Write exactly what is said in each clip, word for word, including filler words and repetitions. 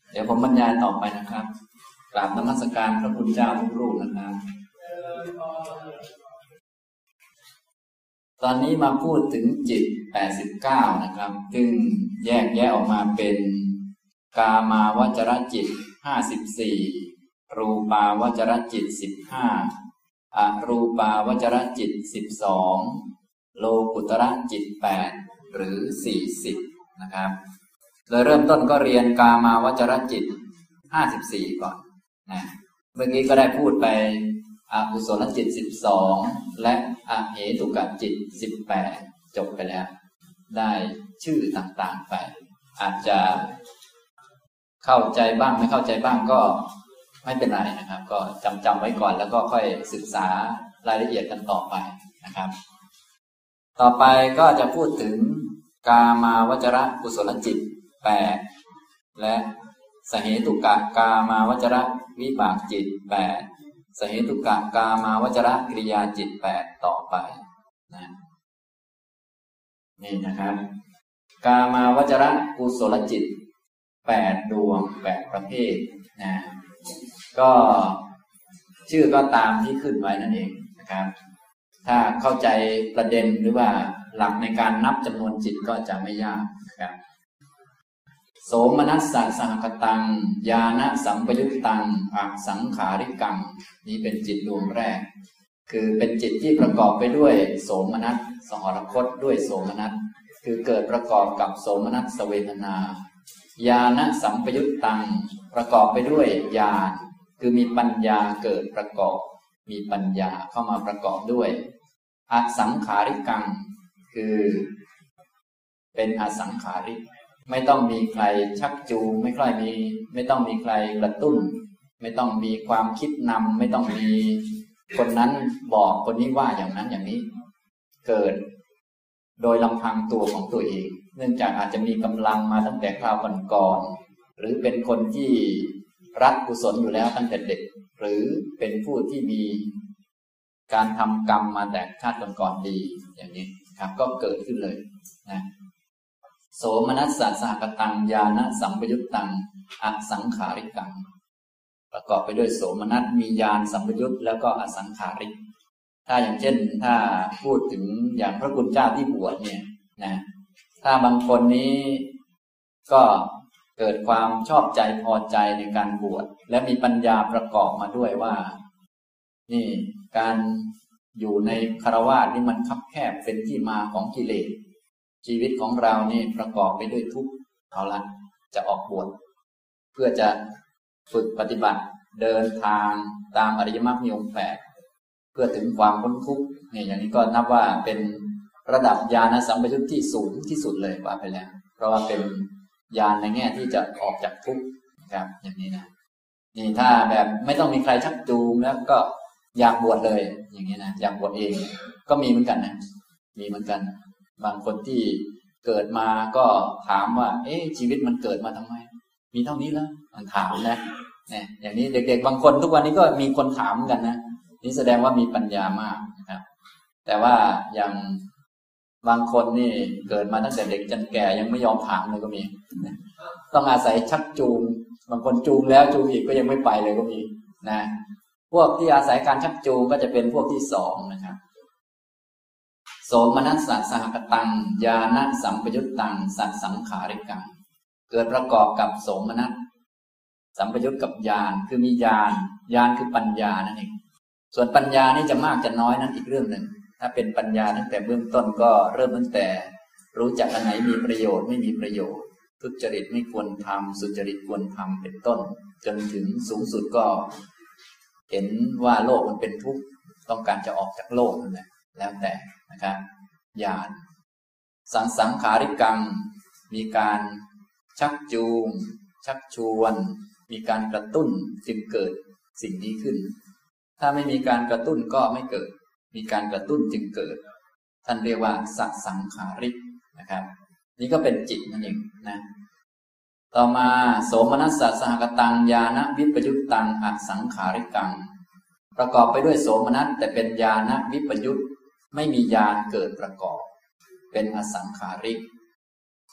เดี๋ยวผมบรรยายต่อไปนะครับกราบนมัสการพระคุณเจ้าทุกรูปนะครับตอนนี้มาพูดถึงจิตแปดสิบเก้านะครับซึ่งแยกแยะออกมาเป็นกามาวจรจิตห้าสิบสี่รูปาวจรจิตสิบห้าอรูปาวจรจิตสิบสองโลกุตระจิตแปดหรือสี่สิบนะครับโดยเริ่มต้นก็เรียนกามาวจรจิตห้าสิบสี่ก่อนนะเมื่อกี้ก็ได้พูดไปอกุศลจิตสิบสองและอเหตุกจิตสิบแปดจบไปแล้วได้ชื่อต่างๆไปอาจจะเข้าใจบ้างไม่เข้าใจบ้างก็ไม่เป็นไรนะครับก็จำจำไว้ก่อนแล้วก็ค่อยศึกษารายละเอียดกันต่อไปนะครับต่อไปก็จะพูดถึงกามาวจรกุศลจิตแปดและสเหตุกะกามาวจรวิบากจิตแปดสเหตุกะกามาวจรกิริยาจิตแปดต่อไปนะนี่นะครับกามาวจรกุศลจิตแปดดวงแปดประเภทนะก็ชื่อก็ตามที่ขึ้นไว้นั่นเองนะครับถ้าเข้าใจประเด็นหรือว่าหลักในการนับจำนวนจิตก็จะไม่ยากนะครับโสมนัสสะสหคตังญาณสัมปยุตตังอสังขาริกังนี้เป็นจิตดวงแรกคือเป็นจิตที่ประกอบไปด้วยโสมนัสสหรคตด้วยโสมนัสคือเกิดประกอบกับโสมนัสเวทนาญาณสัมปยุตตังประกอบไปด้วยญาณคือมีปัญญาเกิดประกอบมีปัญญาเข้ามาประกอบด้วยอสังขาริกังคือเป็นอสังขาริกไม่ต้องมีใครชักจูงไม่ค่อยมีไม่ต้องมีใครกระตุ้นไม่ต้องมีความคิดนำไม่ต้องมีคนนั้นบอกคนนี้ว่าอย่างนั้นอย่างนี้เกิดโดยลำพังตัวของตัวเองเนื่องจากอาจจะมีกำลังมาตั้งแต่คราวก่อนๆหรือเป็นคนที่รักกุศลอยู่แล้วตั้งแต่เด็กหรือเป็นผู้ที่มีการทำกรรมมาแต่ชาติก่อนๆดีอย่างนี้ครับก็เกิดขึ้นเลยนะโสมนัสสะสหคตังญาณสัมปยุตตังอสังขาริกังประกอบไปด้วยโสมนัสมีญาณสัมปยุตแล้วก็อสังขาริกถ้าอย่างเช่นถ้าพูดถึงอย่างพระคุณเจ้าที่บวชเนี่ยนะถ้าบางคนนี้ก็เกิดความชอบใจพอใจในการบวชและมีปัญญาประกอบมาด้วยว่านี่การอยู่ในคฤหัสถ์นี่มันคับแคบเป็นที่มาของกิเลสชีวิตของเรานี่ประกอบไปด้วยทุกข์เอาละจะออกบวชเพื่อจะฝึกปฏิบัติเดินทางตามอริยมรรคมีองค์แปดเพื่อถึงความพ้นทุกข์นี่อย่างนี้ก็นับว่าเป็นระดับญาณสัมปยุตที่สูงที่สุดเลยว่าไปแล้วเพราะว่าเป็นญาณในแง่ที่จะออกจากทุกข์นะครับอย่างนี้นะนี่ถ้าแบบไม่ต้องมีใครชักจูงแล้วก็อยากบวชเลยอย่างนี้นะอยากบวชเองก็มีเหมือนกันนะมีเหมือนกันบางคนที่เกิดมาก็ถามว่าเอ๊ะชีวิตมันเกิดมาทำไมมีเท่านี้แล้วมันถามนะเนี่ยอย่างนี้เด็กๆบางคนทุกวันนี้ก็มีคนถามกันนะนี่แสดงว่ามีปัญญามากนะครับแต่ว่าอย่างบางคนนี่เกิดมาตั้งแต่เด็กจนแก่ยังไม่ยอมถามเลยก็มีต้องอาศัยชักจูงบางคนจูงแล้วจูงอีกก็ยังไม่ไปเลยก็มีนะพวกที่อาศัยการชักจูงก็จะเป็นพวกที่สองนะครับโสมนัสสะสหคตังญาณสัมปยุตตังสัตสังขาริกังเกิดประกอบกับโสมนัสสัมปยุตกับญาณคือมีญาณญาณคือปัญญานั่นเองส่วนปัญญานี่จะมากจะน้อยนั้นอีกเรื่องหนึ่งถ้าเป็นปัญญาตั้งแต่เบื้องต้นก็เริ่มตั้งแต่รู้จักอันไหนมีประโยชน์ไม่มีประโยชน์ทุจริตไม่ควรทำสุจริตควรทำเป็นต้นจนถึงสูงสุดก็เห็นว่าโลกมันเป็นทุกข์ต้องการจะออกจากโลกนั่นแหละแล้วแต่นะครับญาณสังสังขาริกังมีการชักจูงชักชวนมีการกระตุ้นจึงเกิดสิ่งนี้ขึ้นถ้าไม่มีการกระตุ้นก็ไม่เกิดมีการกระตุ้นจึงเกิดท่านเรียกว่าสัตสังขาริกนะครับนี่ก็เป็นจิตนั่นเองนะต่อมาโสมนัสสะสหคตังญาณวิปยุตตังอสังขาริกังประกอบไปด้วยโสมนัสแต่เป็นญาณวิปยุตไม่มีญาณเกิดประกอบเป็นอสังขาริก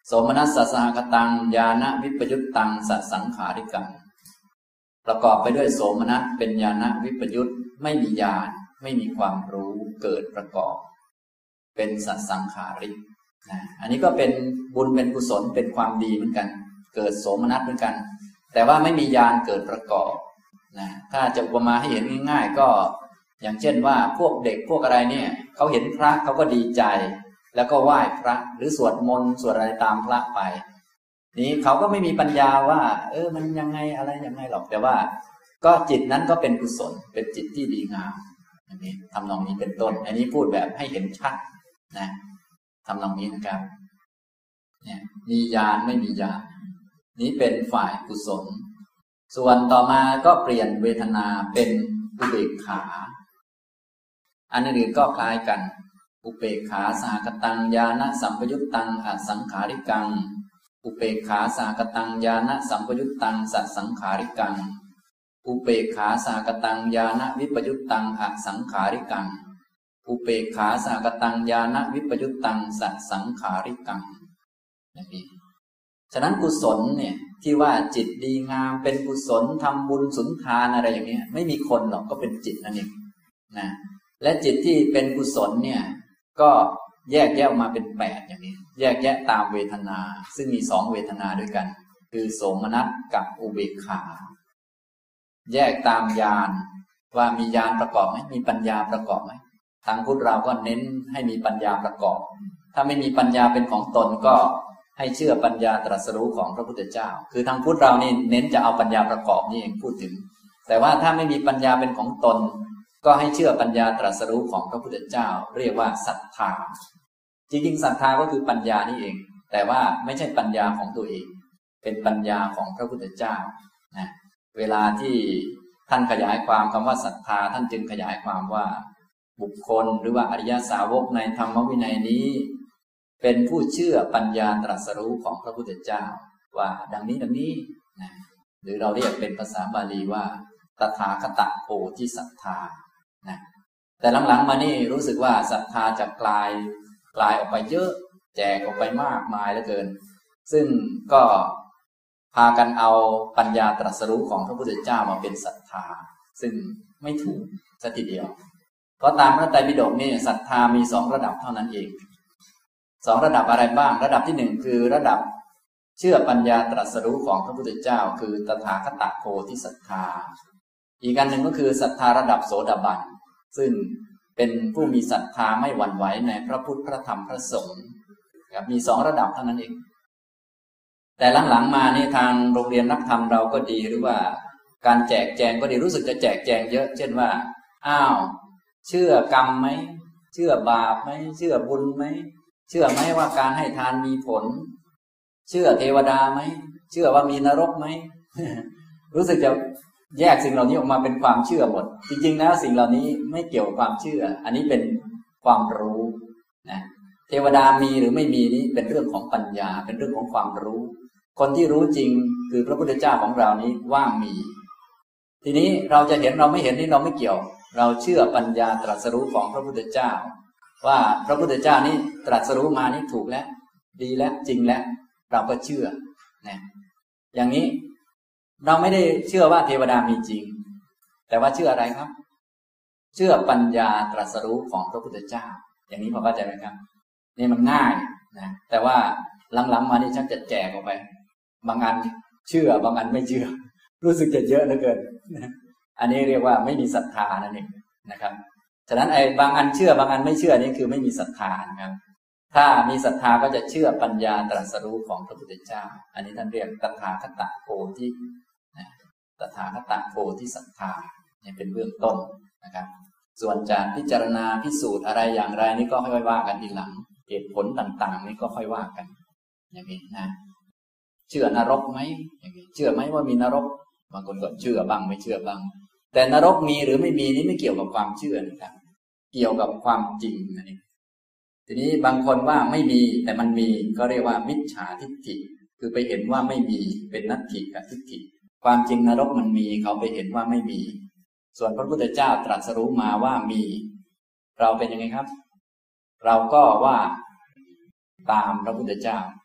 โสมนัสสะสหคตังญาณวิปยุตตังสสังขาริกังประกอบไปด้วยโสมนัสเป็นญาณวิปยุตไม่มีญาณไม่มีความรู้เกิดประกอบเป็นสัสังขาริกนะอันนี้ก็เป็นบุญเป็นกุศลเป็นความดีเหมือนกันเกิดโสมนัสเหมือนกันแต่ว่าไม่มีญาณเกิดประกอบนะถ้าจะอุปมาให้เห็นง่ายๆก็อย่างเช่นว่าพวกเด็กพวกอะไรเนี่ยเขาเห็นพระเขาก็ดีใจแล้วก็ไหว้พระหรือสวดมนต์สวดอะไรตามพระไปนี้เขาก็ไม่มีปัญญาว่าเออมันยังไงอะไรยังไงหรอกแต่ว่าก็จิตนั้นก็เป็นกุศลเป็นจิตที่ดีงามอันนี้ทำนองนี้เป็นต้นอันนี้พูดแบบให้เห็นชัดนะทำนองนี้นะครับเนี่ยมีญาณไม่มีญาณนี้เป็นฝ่ายกุศลส่วนต่อมาก็เปลี่ยนเวทนาเป็นอุเบกขาอันอื่นก็คล้ายกันอุเบกขาสหคตังญาณสัมปยุตตังอสังขาริกังอุเบกขาสหคตังญาณสัมปยุตตังสัสังขาริกังอุเบกขาสหคตังญาณวิปยุตตังอสังขาริกังอุเบกขาสหคตังญาณวิปยุตตังสัสังขาริกังนี่ฉะนั้นกุศลเนี่ยที่ว่าจิตดีงามเป็นกุศลทำบุญสุนทานอะไรอย่างเงี้ยไม่มีคนหรอกก็เป็นจิตนั่นเองนะและจิตที่เป็นกุศลเนี่ยก็แยกแยะออกมาเป็นแปดอย่างนี้แยกแยะตามเวทนาซึ่งมีสองเวทนาด้วยกันคือโสมนัสกับอุเบกขาแยกตามญาณว่ามีญาณประกอบไหมมีปัญญาประกอบไหมทางพุทธเราก็เน้นให้มีปัญญาประกอบถ้าไม่มีปัญญาเป็นของตนก็ให้เชื่อปัญญาตรัสรู้ของพระพุทธเจ้าคือทางพุทธเรานี่เน้นจะเอาปัญญาประกอบนี่เองพูดถึงแต่ว่าถ้าไม่มีปัญญาเป็นของตนก็ให้เชื่อปัญญาตรัสรู้ของพระพุทธเจ้าเรียกว่าศรัทธาจริงๆศรัทธาก็คือปัญญานี่เองแต่ว่าไม่ใช่ปัญญาของตัวเองเป็นปัญญาของพระพุทธเจ้านะเวลาที่ท่านขยายความคำว่าศรัทธาท่านจึงขยายความว่าบุคคลหรือว่าอริยสาวกในธรรมวินัยนี้เป็นผู้เชื่อปัญญาตรัสรู้ของพระพุทธเจ้าว่าดังนี้ดังนี้นะหรือเราเรียกเป็นภาษาบาลีว่าตถาคตโพธิศรัทธานะแต่หลังๆมานี่รู้สึกว่าศรัทธาจะกลายกลายออกไปเยอะแจกออกไปมากมายเหลือเกินซึ่งก็พากันเอาปัญญาตรัสรู้ของพระพุทธเจ้ามาเป็นศรัทธาซึ่งไม่ถูกสักทีเดียวเพราะตามพระไตรปิฎกนี่ศรัทธามีสองระดับเท่านั้นเองสองระดับอะไรบ้างระดับที่หนึ่งคือระดับเชื่อปัญญาตรัสรู้ของพระพุทธเจ้าคือตถาคตโพธิศรัทธาอีกอันหนึ่งก็คือศรัทธาระดับโสดาบันซึ่งเป็นผู้มีศรัทธาไม่หวั่นไหวในพระพุทธพระธรรมพระสงฆ์ครับมีสองระดับเท่านั้นเองแต่หลังๆมานี่ทางโรงเรียนนักธรรมเราก็ดีหรือว่าการแจกแจงก็ดีรู้สึกจะแจกแจงเยอะเช่นว่าอ้าวเชื่อกรรมไหมเชื่อบาปไหมเชื่อบุญไหมเชื่อไหมว่าการให้ทานมีผลเชื่อเทวดาไหมเชื่อว่ามีนรกไหม รู้สึกจะแยกสิ่งเหล่านี้ออกมาเป็นความเชื่อหมดจริงๆแล้วสิ่งเหล่านี้ไม่เกี่ยวกับความเชื่ออันนี้เป็นความรู้นะเทวดามีหรือไม่มีนี้เป็นเรื่องของปัญญาเป็นเรื่องของความรู้คนที่รู้จริงคือพระพุทธเจ้าของเรานี้ว่ามีทีนี้เราจะเห็นเราไม่เห็นนี่เราไม่เกี่ยวเราเชื่อปัญญาตรัสรู้ของพระพุทธเจ้าว่าพระพุทธเจ้านี้ตรัสรู้มานี่ถูกแล้วดีแล้วจริงแล้วเราก็เชื่อนะอย่างนี้เราไม่ได้เชื่อว่าเทวดามีจริงแต่ว่าเชื่ออะไรครับเชื่อปัญญาตรัสรู้ของพระพุทธเจ้าอย่างนี้พอเข้าใจไหมครับนี่มันง่ายนะแต่ว่าหลังๆมานี่ชักจะแจกออกไปบางอันเชื่อบางอันไม่เชื่อรู้สึกจะเยอะเหลือเกินอันนี้เรียกว่าไม่มีศรัทธานั่นเองนะครับฉะนั้นไอ้บางอันเชื่อบางอันไม่เชื่อนี่คือไม่มีศรัทธานะครับถ้ามีศรัทธาก็จะเชื่อปัญญาตรัสรู้ของพระพุทธเจ้าอันนี้ท่านเรียกตถาคตโพธิตถาคตโพธิศรัทธาเนี่ยเป็นเบื้องต้นนะครับส่วนจะพิจารณาพิสูจน์อะไรอย่างไรนี่ก็ค่อยว่ากันทีหลังเหตุผลต่างๆนี่ก็ค่อยว่ากันอย่างนี้นะเชื่อนรกไหมอย่างนี้เชื่อไหมว่ามีนรกบางคนก็เชื่อบ้างไม่เชื่อบ้างแต่นรกมีหรือไม่มีนี่ไม่เกี่ยวกับความเชื่อนะครับเกี่ยวกับความจริงนั่นเองทีนี้บางคนว่าไม่มีแต่มันมีก็เรียกว่ามิจฉาทิฏฐิคือไปเห็นว่าไม่มีเป็นนัตถิกับทิฏฐิความจริงนรกมันมีเขาไปเห็นว่าไม่มีส่วนพระพุทธเจ้าตรัสรู้มาว่ามีเราเป็นยังไงครับเราก็ว่าตามพระพุทธเจ้า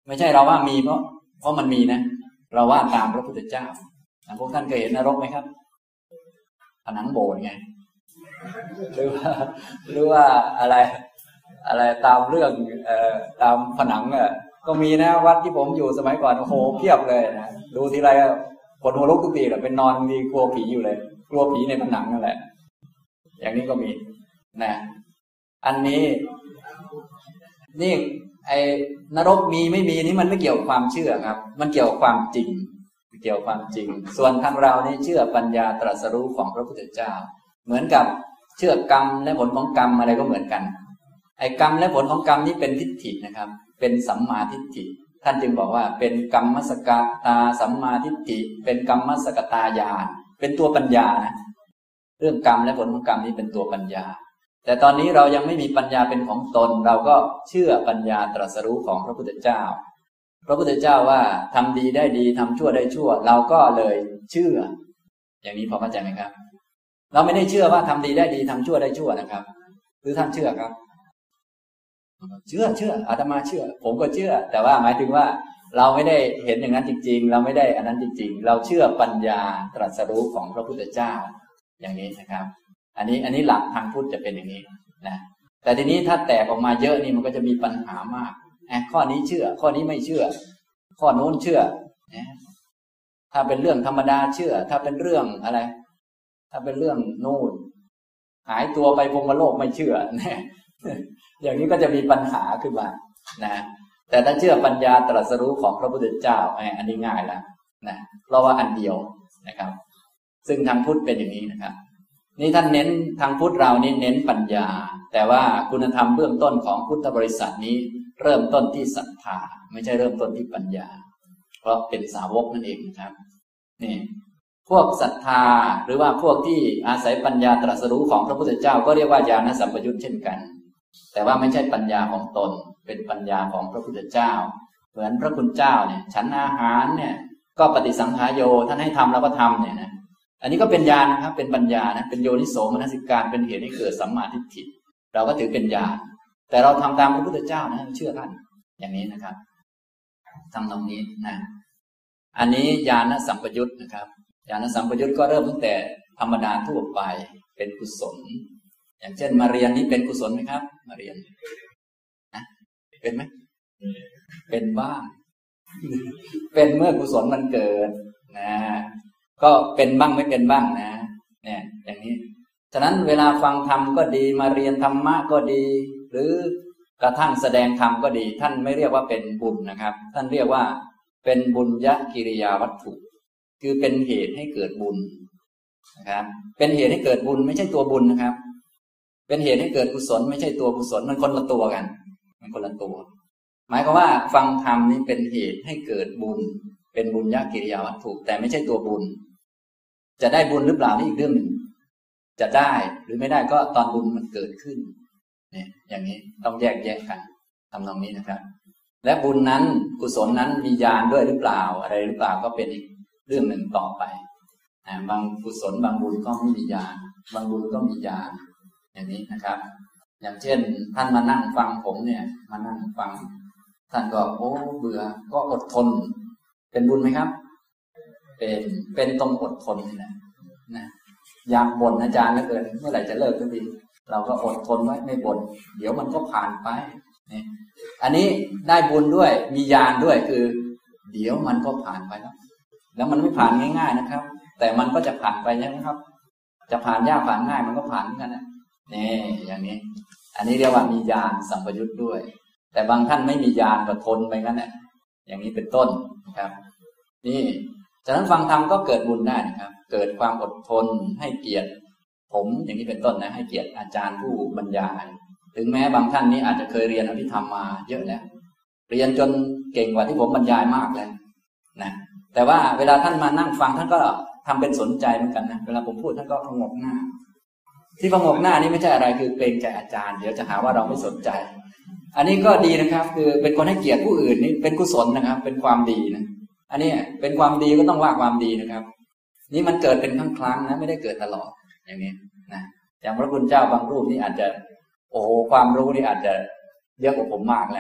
ไม่ใช่เราว่ามีเพราะเพราะมันมีนะเราว่าตามพระพุทธเจ้าพวกท่านเคยเห็นนรกไหมครับผนังโบสถ์ไงหรือว่าหรือว่าอะไรอะไรตามเรื่องเอ่อตามผนังอ่ะก็มีนะวัดที่ผมอยู่สมัยก่อนโอ้โหเพียบเลยนะดูทีไรปวดหัวลุกทุกทีเลยเป็นนอนมีกลัวผีอยู่เลยกลัวผีในผนังนั่นแหละอย่างนี้ก็มีนะอันนี้นี่ไอ้นรกมีไม่มีนี่มันไม่เกี่ยวกับความเชื่อครับมันเกี่ยวกับความจริงเกี่ยวกับความจริงส่วนทางเรานี่เชื่อปัญญาตรัสรู้ของพระพุทธเจ้าเหมือนกับเชื่อกรรมและผลของกรรมอะไรก็เหมือนกันไอ้กรรมและผลของกรรมนี้เป็นทิฏฐินะครับเป็นสัมมาทิฏฐิท่านจึงบอกว่าเป็นกรรมสกตาสัมมาทิฏฐิเป็นกรรมสกตาญาณเป็นตัวปัญญานะเรื่องกรรมและผลของกรรมนี้เป็นตัวปัญญาแต่ตอนนี้เรายังไม่มีปัญญาเป็นของตนเราก็เชื่อปัญญาตรัสรู้ของพระพุทธเจ้าพระพุทธเจ้าว่าทำดีได้ดีทำชั่วได้ชั่วเราก็เลยเชื่ออย่างนี้พอเข้าใจไหมครับเราไม่ได้เชื่อว่าทำดีได้ดีทำชั่วได้ชั่วนะครับหรือท่านเชื่อครับเชื่อเชื่ออาตมาเชื่อผมก็เชื่อแต่ว่าหมายถึงว่าเราไม่ได้เห็นอย่างนั้นจริงๆเราไม่ได้อันนั้นจริงๆเราเชื่อปัญญาตรัสรู้ของพระพุทธเจ้าอย่างนี้นะครับอันนี้อันนี้หลักทางพุทธจะเป็นอย่างนี้นะแต่ทีนี้ถ้าแตกออกมาเยอะนี่มันก็จะมีปัญหามากข้อนี้เชื่อข้อนี้ไม่เชื่อข้อโน้นเชื่อนะถ้าเป็นเรื่องธรรมดาเชื่อถ้าเป็นเรื่องอะไรถ้าเป็นเรื่องนู่นหายตัวไปพรหมโลกไม่เชื่อนะอย่างนี้ก็จะมีปัญหาขึ้นมานะแต่ถ้าเชื่อปัญญาตรัสรู้ของพระพุทธเจ้าอันนี้ง่ายแล้วนะเพราะว่าอันเดียวนะครับซึ่งทางพุทธเป็นอย่างนี้นะครับนี่ท่านเน้นทางพุทธเรานี่เน้นปัญญาแต่ว่าคุณธรรมเบื้องต้นของพุทธบริษัทนี้เริ่มต้นที่ศรัทธาไม่ใช่เริ่มต้นที่ปัญญาเพราะเป็นสาวกนั่นเองครับนี่พวกศรัทธาหรือว่าพวกที่อาศัยปัญญาตรัสรู้ของพระพุทธเจ้าก็เรียกว่าญาณสัมปยุตเช่นกันแต่ว่าไม่ใช่ปัญญาของตนเป็นปัญญาของพระพุทธเจ้าเหมือนพระคุณเจ้าเนี่ยฉันอาหารเนี่ยก็ปฏิสังขารโยท่านให้ทำเราก็ทำเนี่ยนะอันนี้ก็เป็นญาณนะครับเป็นปัญญานะเป็นโยนิโสมนสิการเป็นเหตุให้เกิดสัมมาทิฏฐิเราก็ถือเป็นญาณแต่เราทำตามพระพุทธเจ้านะเชื่อท่านอย่างนี้นะครับทำตรงนี้นะอันนี้ญาณสัมปยุตนะครับญาณสัมปยุตก็เริ่มตั้งแต่ธรรมดาทั่วไปเป็นกุศลอย่างเช่นมาเรียนนี้เป็นกุศลไหมครับมาเรียนนะเป็นไหมเป็นบ้างเป็นเมื่อกุศลมันเกิดนะก็เป็นบ้างไม่เป็นบ้างนะเนี่ยอย่างนี้ฉะนั้นเวลาฟังธรรมก็ดีมาเรียนธรรมะก็ดีหรือกระทั่งแสดงธรรมก็ดีท่านไม่เรียกว่าเป็นบุญนะครับท่านเรียกว่าเป็นบุญญกิริยาวัตถุคือเป็นเหตุให้เกิดบุญนะครับเป็นเหตุให้เกิดบุญไม่ใช่ตัวบุญนะครับเป็นเหตุให้เกิดกุศลไม่ใช่ตัวกุศลมันคนละตัวกันมันคนละตัวหมายความว่าฟังธรรมนี่เป็นเหตุให้เกิดบุญเป็นบุญญกิริยาวัตถุแต่ไม่ใช่ตัวบุญจะได้บุญหรือเปล่านี่อีกเรื่องหนึ่งจะได้หรือไม่ได้ก็ตอนบุญมันเกิดขึ้นเนี่ยอย่างนี้ต้องแยกแยกกันทำตรงนี้นะครับและบุญนั้นกุศลนั้นมีญาณด้วยหรือเปล่าอะไรหรือเปล่าก็เป็นอีกเรื่องหนึ่งต่อไปบางกุศลบางบุญก็ไม่มีญาณบางบุญก็มีญาณอย่างนี้นะครับอย่างเช่นท่านมานั่งฟังผมเนี่ยมานั่งฟังท่านก็โอ้เบื่อก็อดทนเป็นบุญไหมครับเป็นเป็นตรงอดทนนี่แหละนะอยากบ่นอาจารย์เหลือเกินเมื่อไหร่จะเลิกสักทีเราก็อดทนไว้ไม่บ่นเดี๋ยวมันก็ผ่านไปนี่อันนี้ได้บุญด้วยมีญาณด้วยคือเดี๋ยวมันก็ผ่านไปแล้วแล้วมันไม่ผ่านง่ายๆนะครับแต่มันก็จะผ่านไปนะครับจะผ่านยากผ่านง่ายมันก็ผ่านเหมือนกันนะนี่อย่างนี้อันนี้เรียกว่ามีญาณสัมปยุตด้วยแต่บางท่านไม่มีญาณก็ทนไปงั้นแหละอย่างนี้เป็นต้นนะครับนี่ฉะนั้นฟังธรรมก็เกิดบุญได้นะครับเกิดความอดทนให้เกียรติผมอย่างนี้เป็นต้นนะให้เกียรติอาจารย์ผู้บรรยายถึงแม้บางท่านนี้อาจจะเคยเรียนอภิธรรมมาเยอะแล้วเรียนจนเก่งกว่าที่ผมบรรยายมากแล้วนะแต่ว่าเวลาท่านมานั่งฟังท่านก็ทำเป็นสนใจเหมือนกันนะเวลาผมพูดท่านก็พงกหน้าที่พงกหน้านี้ไม่ใช่อะไรคือเกรงใจอาจารย์เดี๋ยวจะหาว่าเราไม่สนใจอันนี้ก็ดีนะครับคือเป็นคนให้เกียรติผู้อื่นนี่เป็นกุศลนะครับเป็นความดีนะอันนี้เป็นความดีก็ต้องว่าความดีนะครับนี่มันเกิดเป็นครั้งครั้งนะไม่ได้เกิดตลอดอย่างนี้นะอย่างพระคุณเจ้าบางรูปนี่อาจจะโอ้โหความรู้นี่อาจจะเยอะกว่าผมมากแล้ว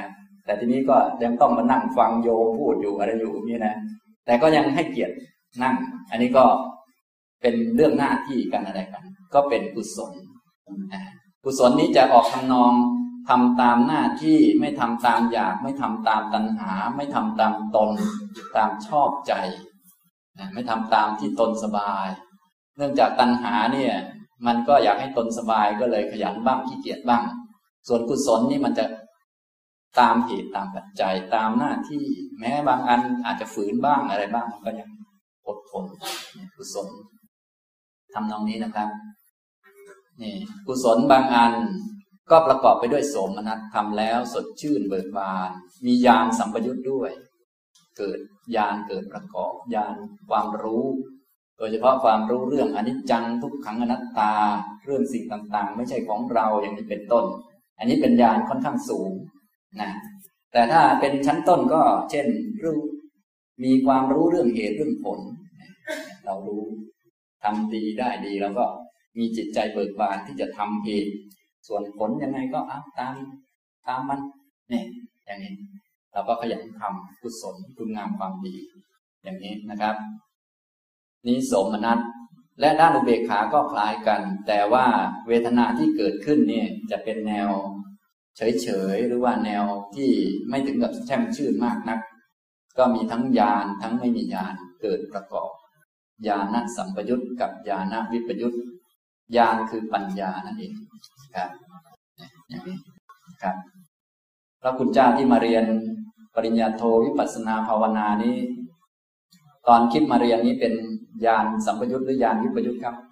แต่ทีนี้ก็ยังต้องมานั่งฟังโยมพูดอยู่อะไรอยู่นี่นะแต่ก็ยังให้เกียรตินั่งอันนี้ก็เป็นเรื่องหน้าที่กันอะไรกันก็เป็นกุศลกุศลนี้จะออกทำนองทำตามหน้าที่ไม่ทำตามอยากไม่ทำตามตัณหาไม่ทำตามตนตามชอบใจไม่ทำตามที่ตนสบายเนื่องจากตัณหาเนี่ยมันก็อยากให้ตนสบายก็เลยขยันบ้างขี้เกียจบ้างส่วนกุศลนี่มันจะตามเหตุตามปัจจัยตามหน้าที่แม้บางอันอาจจะฝืนบ้างอะไรบ้างมันก็ยังอดทนกุศลทำนองนี้นะครับนี่กุศลบางอันก็ประกอบไปด้วยโสมนัสทำแล้วสดชื่นเบิกบานมีญาณสัมปยุตด้วยเกิดญาณเกิดประกอบญาณความรู้โดยเฉพาะความรู้เรื่องอนิจจังทุกขังอนัตตาเรื่องสิ่งต่างๆไม่ใช่ของเราอย่างนี้เป็นต้นอันนี้เป็นญาณค่อนข้างสูงนะแต่ถ้าเป็นชั้นต้นก็เช่นรู้มีความรู้เรื่องเหตุเรื่องผลเรารู้ทำดีได้ดีแล้วก็มีจิตใจเบิกบานที่จะทำเหตุส่วนผลยังไงก็เอาตามตามมันเนี่ยอย่างนี้เราก็ขยันทำกุศลคุณงามความดีอย่างนี้นะครับนี้โสมนัสและด้านอุเบกขาก็คล้ายกันแต่ว่าเวทนาที่เกิดขึ้นเนี่ยจะเป็นแนวเฉยๆหรือว่าแนวที่ไม่ถึงกับแช่มชื่นมากนักก็มีทั้งญาณทั้งไม่มีญาณเกิดประกอบญาณสัมปยุตกับญาณวิปยุตญาณคือปัญญานั่นเองครับอย่างนี้ครับพระคุณเจ้าที่มาเรียนปริญญาโทวิปัสสนาภาวนานี้ตอนคิดมาเรียนนี้เป็นญาณสัมปยุตหรือญาณวิปยุตครับ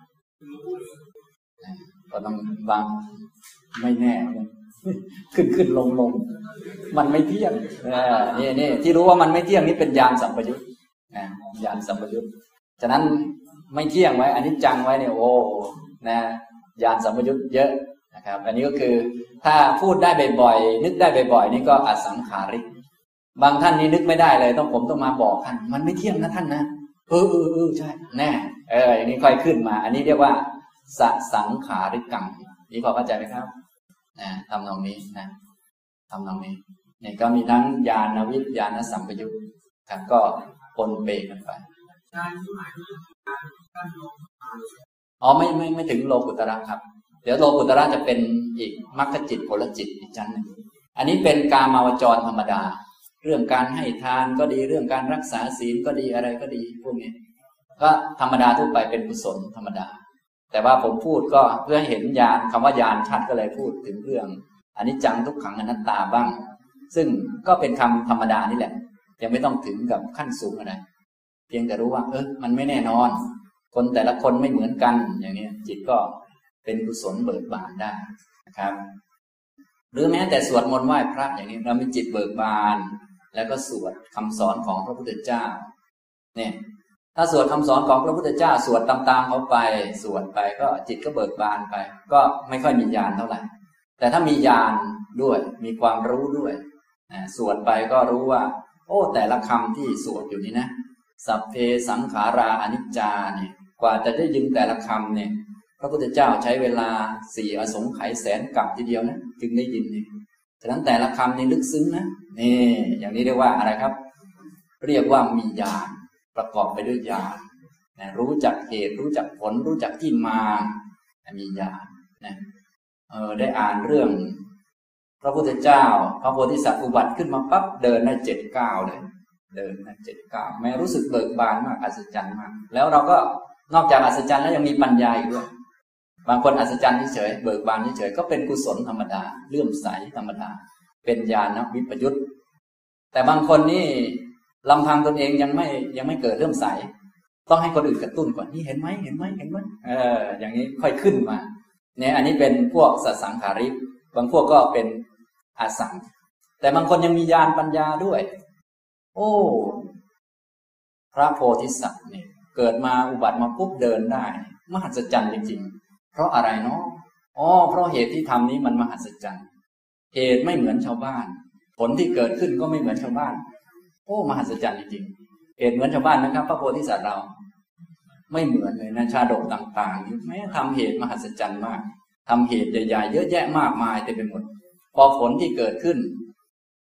ก็ต้องบางไม่แน่ขึ้นขึ้นลงลงมันไม่เที่ยงนี่นี่ที่รู้ว่ามันไม่เที่ยงนี่เป็นญาณสัมปยุตนะญาณสัมปยุตฉะนั้นไม่เที่ยงไว้อนิจจังไว้เนี่ยโอ้นะญาณสัมปยุตเยอะนะครับอันนี้ก็คือถ้าพูดได้บ่อยๆนึกได้บ่อยๆนี่ก็อสังขาริกบางท่านนี่นึกไม่ได้เลยต้องผมต้องมาบอกท่านมันไม่เที่ยงนะท่านนะเออเออเออใช่แน่เอออย่างนี้ค่อยขึ้นมาอันนี้เรียกว่าสสังขาริกังนี่พอเข้าใจไหมครับนะทำนองนี้นะทำนองนี้นี่ก็มีทั้งญาณวิญญาณสัมปยุตครับก็ปนเปกันไปอ๋อไม่ไม่ไม่ถึงโลกุตระครับเดี๋ยวโลกุตระจะเป็นอีกมรรคจิตผลจิตอีกชั้นหนึ่งอันนี้เป็นกามาวจรธรรมดาเรื่องการให้ทานก็ดีเรื่องการรักษาศีลก็ดีอะไรก็ดีพวกนี้ก็ธรรมดาทั่วไปเป็นกุศลธรรมดาแต่ว่าผมพูดก็เพื่อให้เห็นญาณคำว่าญาณชัดก็เลยพูดถึงเรื่องอนิจจังทุกขังอนัตตาบ้างซึ่งก็เป็นคำธรรมดานี่แหละยังไม่ต้องถึงกับขั้นสูงอะไรเพียงแต่รู้ว่าเออมันไม่แน่นอนคนแต่ละคนไม่เหมือนกันอย่างนี้จิตก็เป็นกุศลเบิกบานได้นะครับหรือแม้แต่สวดมนต์ไหว้พระอย่างนี้เรามีจิตเบิกบานแล้วก็สวดคำสอนของพระพุทธเจ้าเนี่ยถ้าสวดคำสอนของพระพุทธเจ้าสวดตามๆเขาไปสวดไปก็จิตก็เบิกบานไปก็ไม่ค่อยมีญาณเท่าไหร่แต่ถ้ามีญาณด้วยมีความรู้ด้วยสวดไปก็รู้ว่าโอ้แต่ละคำที่สวดอยู่นี้นะสัพเพสังขาราอนิจจาเนี่ยกว่าจะได้ยินแต่ละคำเนี่ยพระพุทธเจ้าใช้เวลาสี่อสงไขยแสนกับทีเดียวนะจึงได้ยินนี่ฉะนั้นแต่ละคำนี่ลึกซึ้งนะนี่อย่างนี้เรียกว่าอะไรครับเรียกว่ามีญาณประกอบไปด้วยญาณนะรู้จักเหตุรู้จักผลรู้จักที่มามีญาณนะเออได้อ่านเรื่องพระพุทธเจ้าพระโพธิสัตว์อุบัติขึ้นมาปั๊บเดินได้เจ็ดก้าวเลยเดินได้เจ็ดก้าวแม้รู้สึกเบิกบานมากอัศจรรย์มากแล้วเราก็นอกจากอัศจรรย์แล้วยังมีปัญญาอีกด้วยบางคนอัศจรรย์เฉยเบิกบานเฉยก็เป็นกุศลธรรมดาเลื่อมใสธรรมดาเป็นญาณวิปยุตแต่บางคนนี่ลำพังตนเองยังไม่ยังไม่เกิดเลื่อมใสต้องให้คนอื่นกระตุ้นก่อนนี่เห็นไหมเห็นไหมเห็นไหมเอออย่างนี้ค่อยขึ้นมาเนี่ยอันนี้เป็นพวกสัสังขาริกบางพวกก็เป็นอาสังแต่บางคนยังมีญาณปัญญาด้วยโอ้พระโพธิสัตว์เนี่ยเกิดมาอุบัติมาปุ๊บเดินได้มหัศจรรย์จริงๆเพราะอะไรเนาะอ๋อเพราะเหตุที่ทำนี้มันมหัศจรรย์เหตุไม่เหมือนชาวบ้านผลที่เกิดขึ้นก็ไม่เหมือนชาวบ้านโอ้มหัศจรรย์จริงๆเหตุเหมือนชาวบ้านนะครับพระโพธิสัตว์เราไม่เหมือนเลยนะชาดกต่างๆแม้ทำเหตุมหัศจรรย์มากทำเหตุใหญ่ๆเยอะแยะมากมายเต็มไปหมดพอผลที่เกิดขึ้น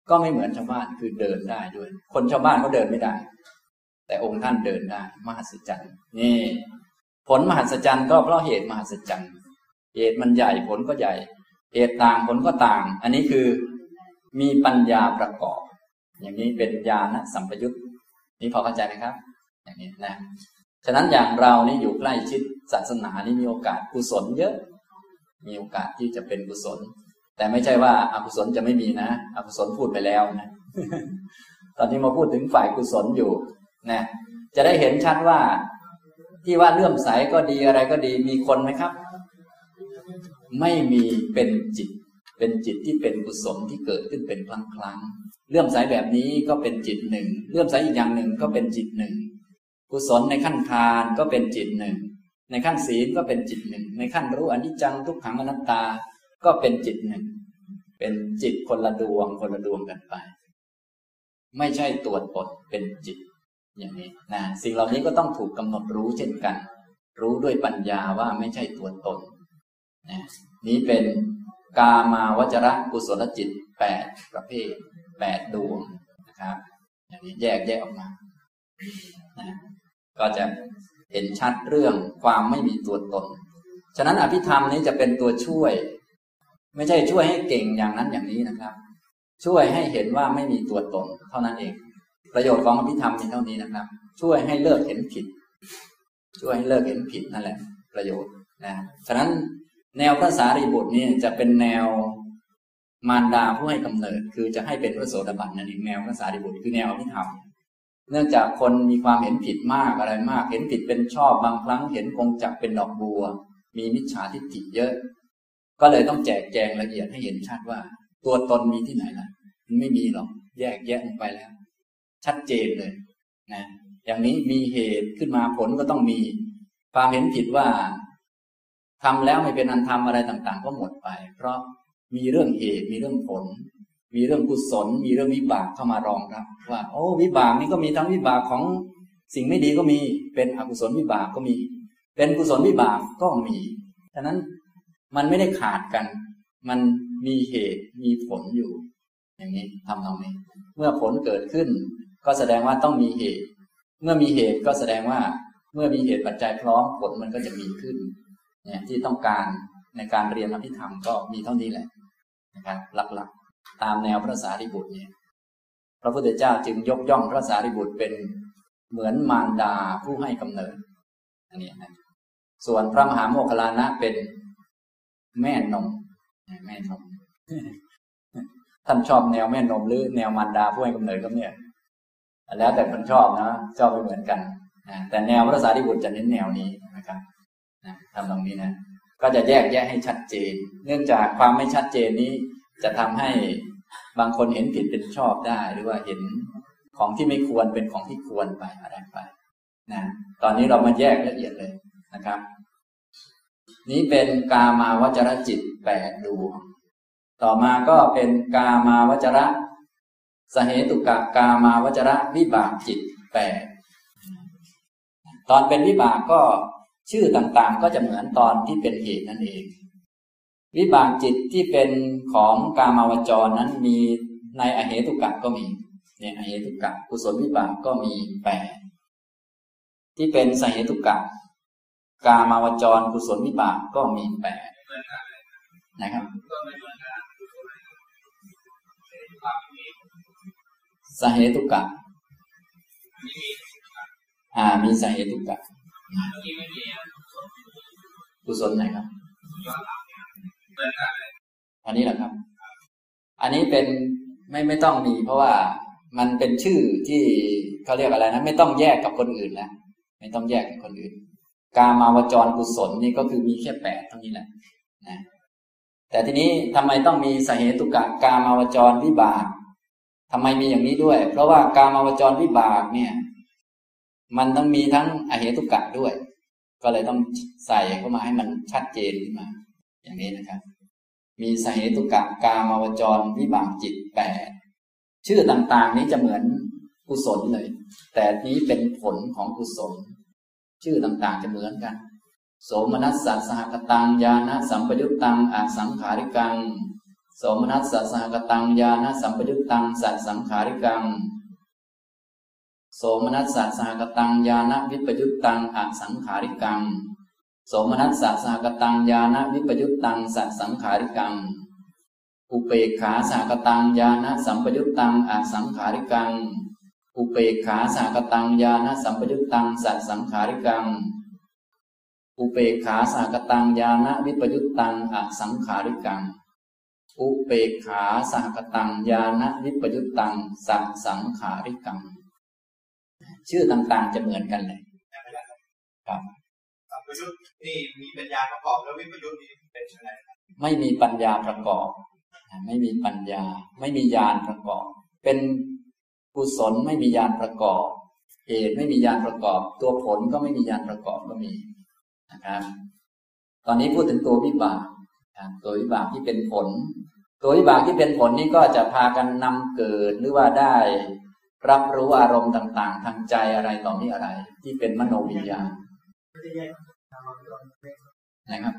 ก็ไม่เหมือนชาวบ้านคือเดินได้ด้วยคนชาวบ้านเขาเดินไม่ได้แต่องค์ท่านเดินได้มหัศจรรย์นี่ผลมหัศจรรย์ก็เพราะเหตุมหัศจรรย์เหตุมันใหญ่ผลก็ใหญ่เหตุต่างผลก็ต่างอันนี้คือมีปัญญาประกอบอย่างนี้เป็นญาณสัมปยุตนี่พอเข้าใจไหมครับอย่างนี้นะฉะนั้นอย่างเรานี่อยู่ใกล้ชิดศาสนานี่มีโอกาสกุศลเยอะมีโอกาสที่จะเป็นกุศลแต่ไม่ใช่ว่าอกุศลจะไม่มีนะอกุศลพูดไปแล้วนะ ตอนนี้มาพูดถึงฝ่ายกุศลอยู่นะจะได้เห็นชัดว่าที่ว่าเลื่อมใสก็ดีอะไรก็ดีมีคนไหมครับไม่มีเป็นจิตเป็นจิตที่เป็นกุศลที่เกิดขึ้นเป็นครั้งครั้งเลื่อมใสแบบนี้ก็เป็นจิตหนึ่งเลื่อมใสอีกอย่างหนึ่งก็เป็นจิตหนึ่งกุศลในขั้นทานก็เป็นจิตหนึ่งในขั้นศีลก็เป็นจิตหนึ่งในขั้นรู้อนิจจังทุกขังอนัตตาก็เป็นจิตหนึ่งเป็นจิตคนละดวงคนละดวงกันไปไม่ใช่ตัวตนเป็นจิตอย่างนี้นะสิ่งเหล่านี้ก็ต้องถูกกำหนดรู้เช่นกันรู้ด้วยปัญญาว่าไม่ใช่ตัวตนนะนี้เป็นกามาวจรกุศลจิตแปดประเภทแปดดวงนะครับอย่างนี้แยกแยกออกมานะก็จะเห็นชัดเรื่องความไม่มีตัวตนฉะนั้นอภิธรรมนี้จะเป็นตัวช่วยไม่ใช่ช่วยให้เก่งอย่างนั้นอย่างนี้นะครับช่วยให้เห็นว่าไม่มีตัวตนเท่านั้นเองประโยชน์ของอภิธรรมมีเท่านี้นะครับช่วยให้เลิกเห็นผิดช่วยให้เลิกเห็นผิดนั่นแหละประโยชน์นะฉะนั้นแนวพระสารีบุตรนี่จะเป็นแนวมารดาผู้ให้กำเนิดคือจะให้เป็นพระโสดาบันนั่นเองแนวพระสารีบุตรคือแนวอภิธรรมเนื่องจากคนมีความเห็นผิดมากอะไรมากเห็นผิดเป็นชอบบางครั้งเห็นกงจักรเป็นดอกบัวมีมิจฉาทิฏฐิเยอะก็เลยต้องแจกแจงละเอียดให้เห็นชัดว่าตัวตนมีที่ไหนล่ะมันไม่มีหรอกแยกแยะลงไปแล้วชัดเจนเลยนะอย่างนี้มีเหตุขึ้นมาผลก็ต้องมีความเห็นผิดว่าทำแล้วไม่เป็นอันทำอะไรต่างๆก็หมดไปเพราะมีเรื่องเหตุมีเรื่องผลมีเรื่องกุศลมีเรื่องวิบากเข้ามารองรับว่าโอ้วิบากนี้ก็มีทั้งวิบากของสิ่งไม่ดีก็มีเป็นอกุศลวิบากก็มีเป็นกุศลวิบากก็มีฉะนั้นมันไม่ได้ขาดกันมันมีเหตุมีผลอยู่อย่างนี้ทำตรงนี้เมื่อผลเกิดขึ้นก็แสดงว่าต้องมีเหตุเมื่อมีเหตุก็แสดงว่าเมื่อมีเหตุปัจจัยพร้อมผลมันก็จะมีขึ้นเนี่ยที่ต้องการในการเรียนอภิธรรมก็มีเท่านี้แหละนะครับหลักๆตามแนวพระสารีบุตรเนี่ยพระพุทธเจ้าจึงยกย่องพระสารีบุตรเป็นเหมือนมารดาผู้ให้กำเนิดอันนี้นะส่วนพระมหาโมคคัลลานะเป็นแม่นมแม่นมท่านชอบแนวแม่นมหรือแนวมารดาผู้ให้กำเนิดก็เนี่ยแล้วแต่คนชอบนะชอบไม่เหมือนกันนะแต่แนวพระสารีบุตรจะเน้นแนวนี้นะครับนะทำตรงนี้นะก็จะแยกแยะให้ชัดเจนเนื่องจากความไม่ชัดเจนนี้จะทำให้บางคนเห็นผิดเป็นชอบได้หรือว่าเห็นของที่ไม่ควรเป็นของที่ควรไปอะไรไปนะตอนนี้เรามาแยกละเอียดเลยนะครับนี้เป็นกามาวจรจิตแปดดวงต่อมาก็เป็นกามาวจรสเหตุกะกามาวจรวิบากจิตแปดตอนเป็นวิบากก็ชื่อต่างๆก็จะเหมือนตอนที่เป็นเหตุนั่นเองวิบากจิตที่เป็นของกามาวจรนั้นมีในอเหตุกะก็มีเนี่ยอเหตุกะกุศลวิบากก็มีแปดที่เป็นสเหตุกะกามาวจรกุศลวิบากก็มีแปดนะครับสเหตุกะอ่ามีสเหตุกะกุศลไหนครับอันนี้แหละครับอันนี้เป็นไม่ไม่ต้องมีเพราะว่ามันเป็นชื่อที่เขาเรียกอะไรนะไม่ต้องแยกกับคนอื่นแล้วไม่ต้องแยกกับคนอื่นกามาวจรกุศลนี่ก็คือมีแค่แปดเท่านี้แหละนะแต่ทีนี้ทำไมต้องมีสเหตุกะกามาวจรวิบากทำไมมีอย่างนี้ด้วยเพราะว่ากามาวจรวิบากเนี่ยมันต้องมีทั้งอเหตุกะด้วยก็เลยต้องใส่เข้ามาให้มันชัดเจนขึ้นมาอย่างนี้นะครับมีสเหตุกะกามาวจรวิบากจิตแปดชื่อต่างๆนี้จะเหมือนกุศลเลยแต่นี้เป็นผลของกุศลชื่อต่างๆจะเหมือนกันโสมนัสสะสหกตังญาณสัมปยุตตังอสังขาริกังโสมนัสสะสหกตังญาณสัมปยุตตังสัตสังขาริกังโสมนัสสะสหกตังญาณวิปยุตตังอสังขาริกังโสมนัสสะสหกตังญาณวิปยุตตังสัตสังขาริกังอุเปกขาสหกตังญาณสัมปยุตตังอสังขาริกังอุเปกขาสหกตังญาณสัมปยุตตังสัตสังขาริกังอุเปกขาสหกตังญาณวิปยุตตังอสังขาริกังอุเปกขาสหกตังญาณวิปยุตตังสัตสังขาริกังชื่อต่างๆจะเหมือนกันเลยครับสัมปยุตนี่มีปัญญาประกอบแล้ววิปยุตนี่เป็นอะไรไม่มีปัญญาประกอบไม่มีปัญญาไม่มีญาณประกอบเป็นกุศลไม่มีญาณประกอบเหตุไม่มีญาณประกอบตัวผลก็ไม่มีญาณประกอบก็มีนะครับตอนนี้พูดถึงตัววิบากตัววิบากที่เป็นผลตัววิบากที่เป็นผลนี้ก็จะพากันนำเกิดหรือว่าได้รับรู้อารมณ์ต่างๆทางใจอะไรต่อมีอะไรที่เป็นมโนวิญญาณนะครับ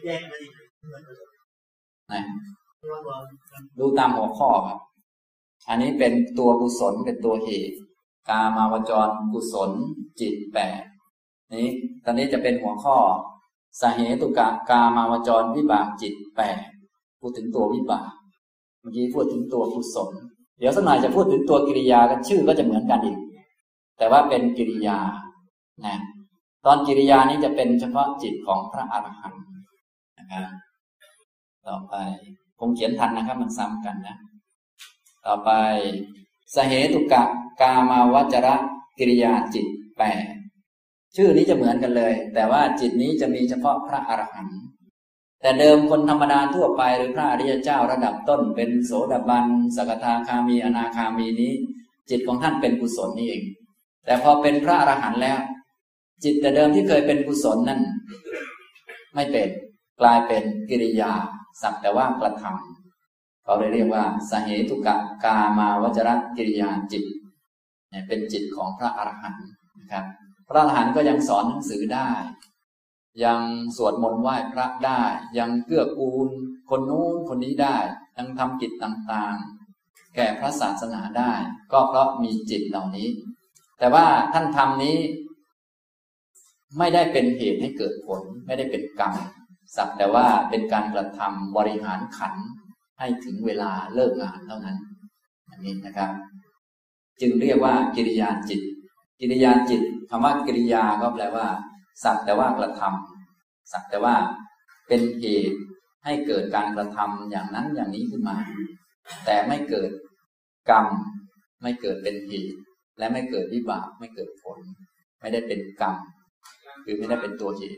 ไหนดูตามหัวข้อครับอันนี้เป็นตัวกุศลเป็นตัวเหตุกามาวจรกุศลจิตแปดนี้ตอนนี้จะเป็นหัวข้อสาเหตุกะกามาวจรวิบากจิตแปดพูดถึงตัววิบากเมื่อกี้พูดถึงตัวกุศลเดี๋ยวสักหน่อยจะพูดถึงตัวกิริยากันชื่อก็จะเหมือนกันอีกแต่ว่าเป็นกิริยานะตอนกิริยานี้จะเป็นเฉพาะจิตของพระอรหันต์นะครับต่อไปผมเขียนทันนะครับมันซ้ำกันนะต่อไปสเหตุกะกามาวจรกิริยาจิตแปดชื่อนี้จะเหมือนกันเลยแต่ว่าจิตนี้จะมีเฉพาะพระอรหันต์แต่เดิมคนธรรมดาทั่วไปหรือพระอริยเจ้าระดับต้นเป็นโสดาบันสกทาคามีอนาคามีนี้จิตของท่านเป็นกุศลนี่เองแต่พอเป็นพระอรหันต์แล้วจิตแต่เดิมที่เคยเป็นกุศลนั่นไม่เป็นกลายเป็นกิริยาสักแต่ว่ากระทำเขาเลยเรียกว่าสเหตุกะกามาวจรกิริยาจิตเนี่ยเป็นจิตของพระอรหันต์นะครับพระอรหันต์ก็ยังสอนหนังสือได้ยังสวดมนต์ไหว้พระได้ยังเกื้อกูลคนนู้นคนนี้ได้ยังทำกิจต่างๆแก่พระศาสนาได้ก็เพราะมีจิตเหล่านี้แต่ว่าท่านทำนี้ไม่ได้เป็นเหตุให้เกิดผลไม่ได้เป็นกรรมสักแต่ว่าเป็นการกระทำบริหารขันธ์ให้ถึงเวลาเลิกงานเท่านั้นอย่างนี้นะครับจึงเรียกว่ากิริยาจิตกิริยาจิตคำว่ากิริยาก็แปลว่าสักแต่ว่ากระทำสักแต่ว่าเป็นเหตุให้เกิดการกระทำอย่างนั้นอย่างนี้ขึ้นมาแต่ไม่เกิดกรรมไม่เกิดเป็นเหตุและไม่เกิดวิบากไม่เกิดผลไม่ได้เป็นกรรมคือไม่ได้เป็นตัวเหตุ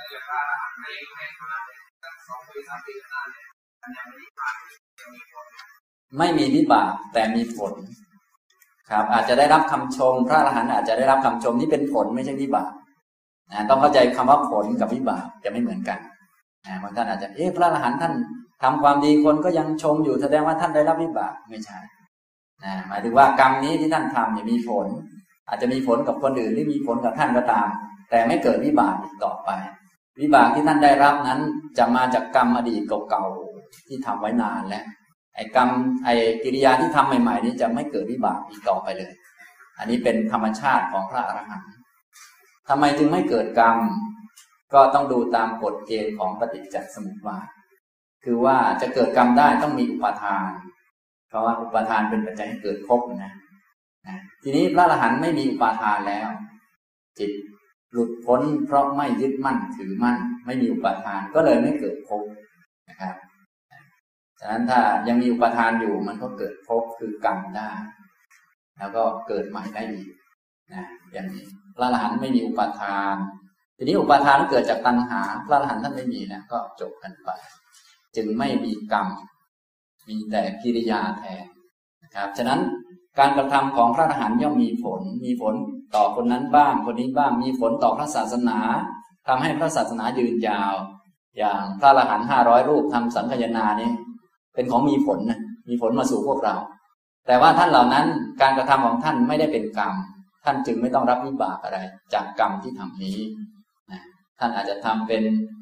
ไม่มีวิบากแต่มีผลครับอาจจะได้รับคำชมพระอรหันต์อาจจะได้รับคำชมที่เป็นผลไม่ใช่วิบากนะต้องเข้าใจคำว่าผลกับวิบากจะไม่เหมือนกันนะบางท่านอาจจะเอ๊ะพระอรหันต์ท่านทำความดีคนก็ยังชมอยู่แสดงว่าท่านได้รับวิบากไม่ใช่นะหมายถึงว่ากรรมนี้ที่ท่านทำเนี่ยมีผลอาจจะมีผลกับคนอื่นหรือมีผลกับท่านก็ตามแต่ไม่เกิดวิบากอีกต่อไปวิบากที่ท่านได้รับนั้นจะมาจากกรรมอดีตเก่าๆที่ทำไว้นานแล้วไอ้กรรมไอ้กิริยาที่ทำใหม่ๆนี้จะไม่เกิดวิบากอีกต่อไปเลยอันนี้เป็นธรรมชาติของพระอรหันต์ทำไมจึงไม่เกิดกรรมก็ต้องดูตามกฎเกณฑ์ของปฏิจจสมุปบาทคือว่าจะเกิดกรรมได้ต้องมีอุปาทานเพราะว่าอุปาทานเป็นปัจจัยให้เกิดภพนะนะทีนี้พระอรหันต์ไม่มีอุปาทานแล้วจิตหลุดพ้นเพราะไม่ยึดมั่นถือมั่นไม่มีอุปาทานก็เลยไม่เกิดภพนะครับฉะนั้นถ้ายังมีอุปาทานอยู่มันก็เกิดภพคือกรรมได้แล้วก็เกิดใหม่ได้อีกนะอย่างนี้พระอรหันต์ไม่มีอุปาทานทีนี้อุปาทานเกิดจากตัณหาพระอรหันต์ท่านไม่มีนะก็จบกันไปจึงไม่มีกรรมมีแต่กิริยาแทนนะครับฉะนั้นการกระทำของพระอรหันต์ย่อมมีผลมีผลต่อคนนั้นบ้างคนนี้บ้างมีผลต่อพระศาสนาทำให้พระศาสนายืนยาวอย่างพระอรหันต์ห้าร้อยรูปทำสังฆยนานี้เป็นของมีผลนะมีผลมาสู่พวกเราแต่ว่าท่านเหล่านั้นการกระทำของท่านไม่ได้เป็นกรรมท่านจึงไม่ต้องรับวิบากอะไรจากกรรมที่ทำนี้นะท่านอาจจะทำเป็น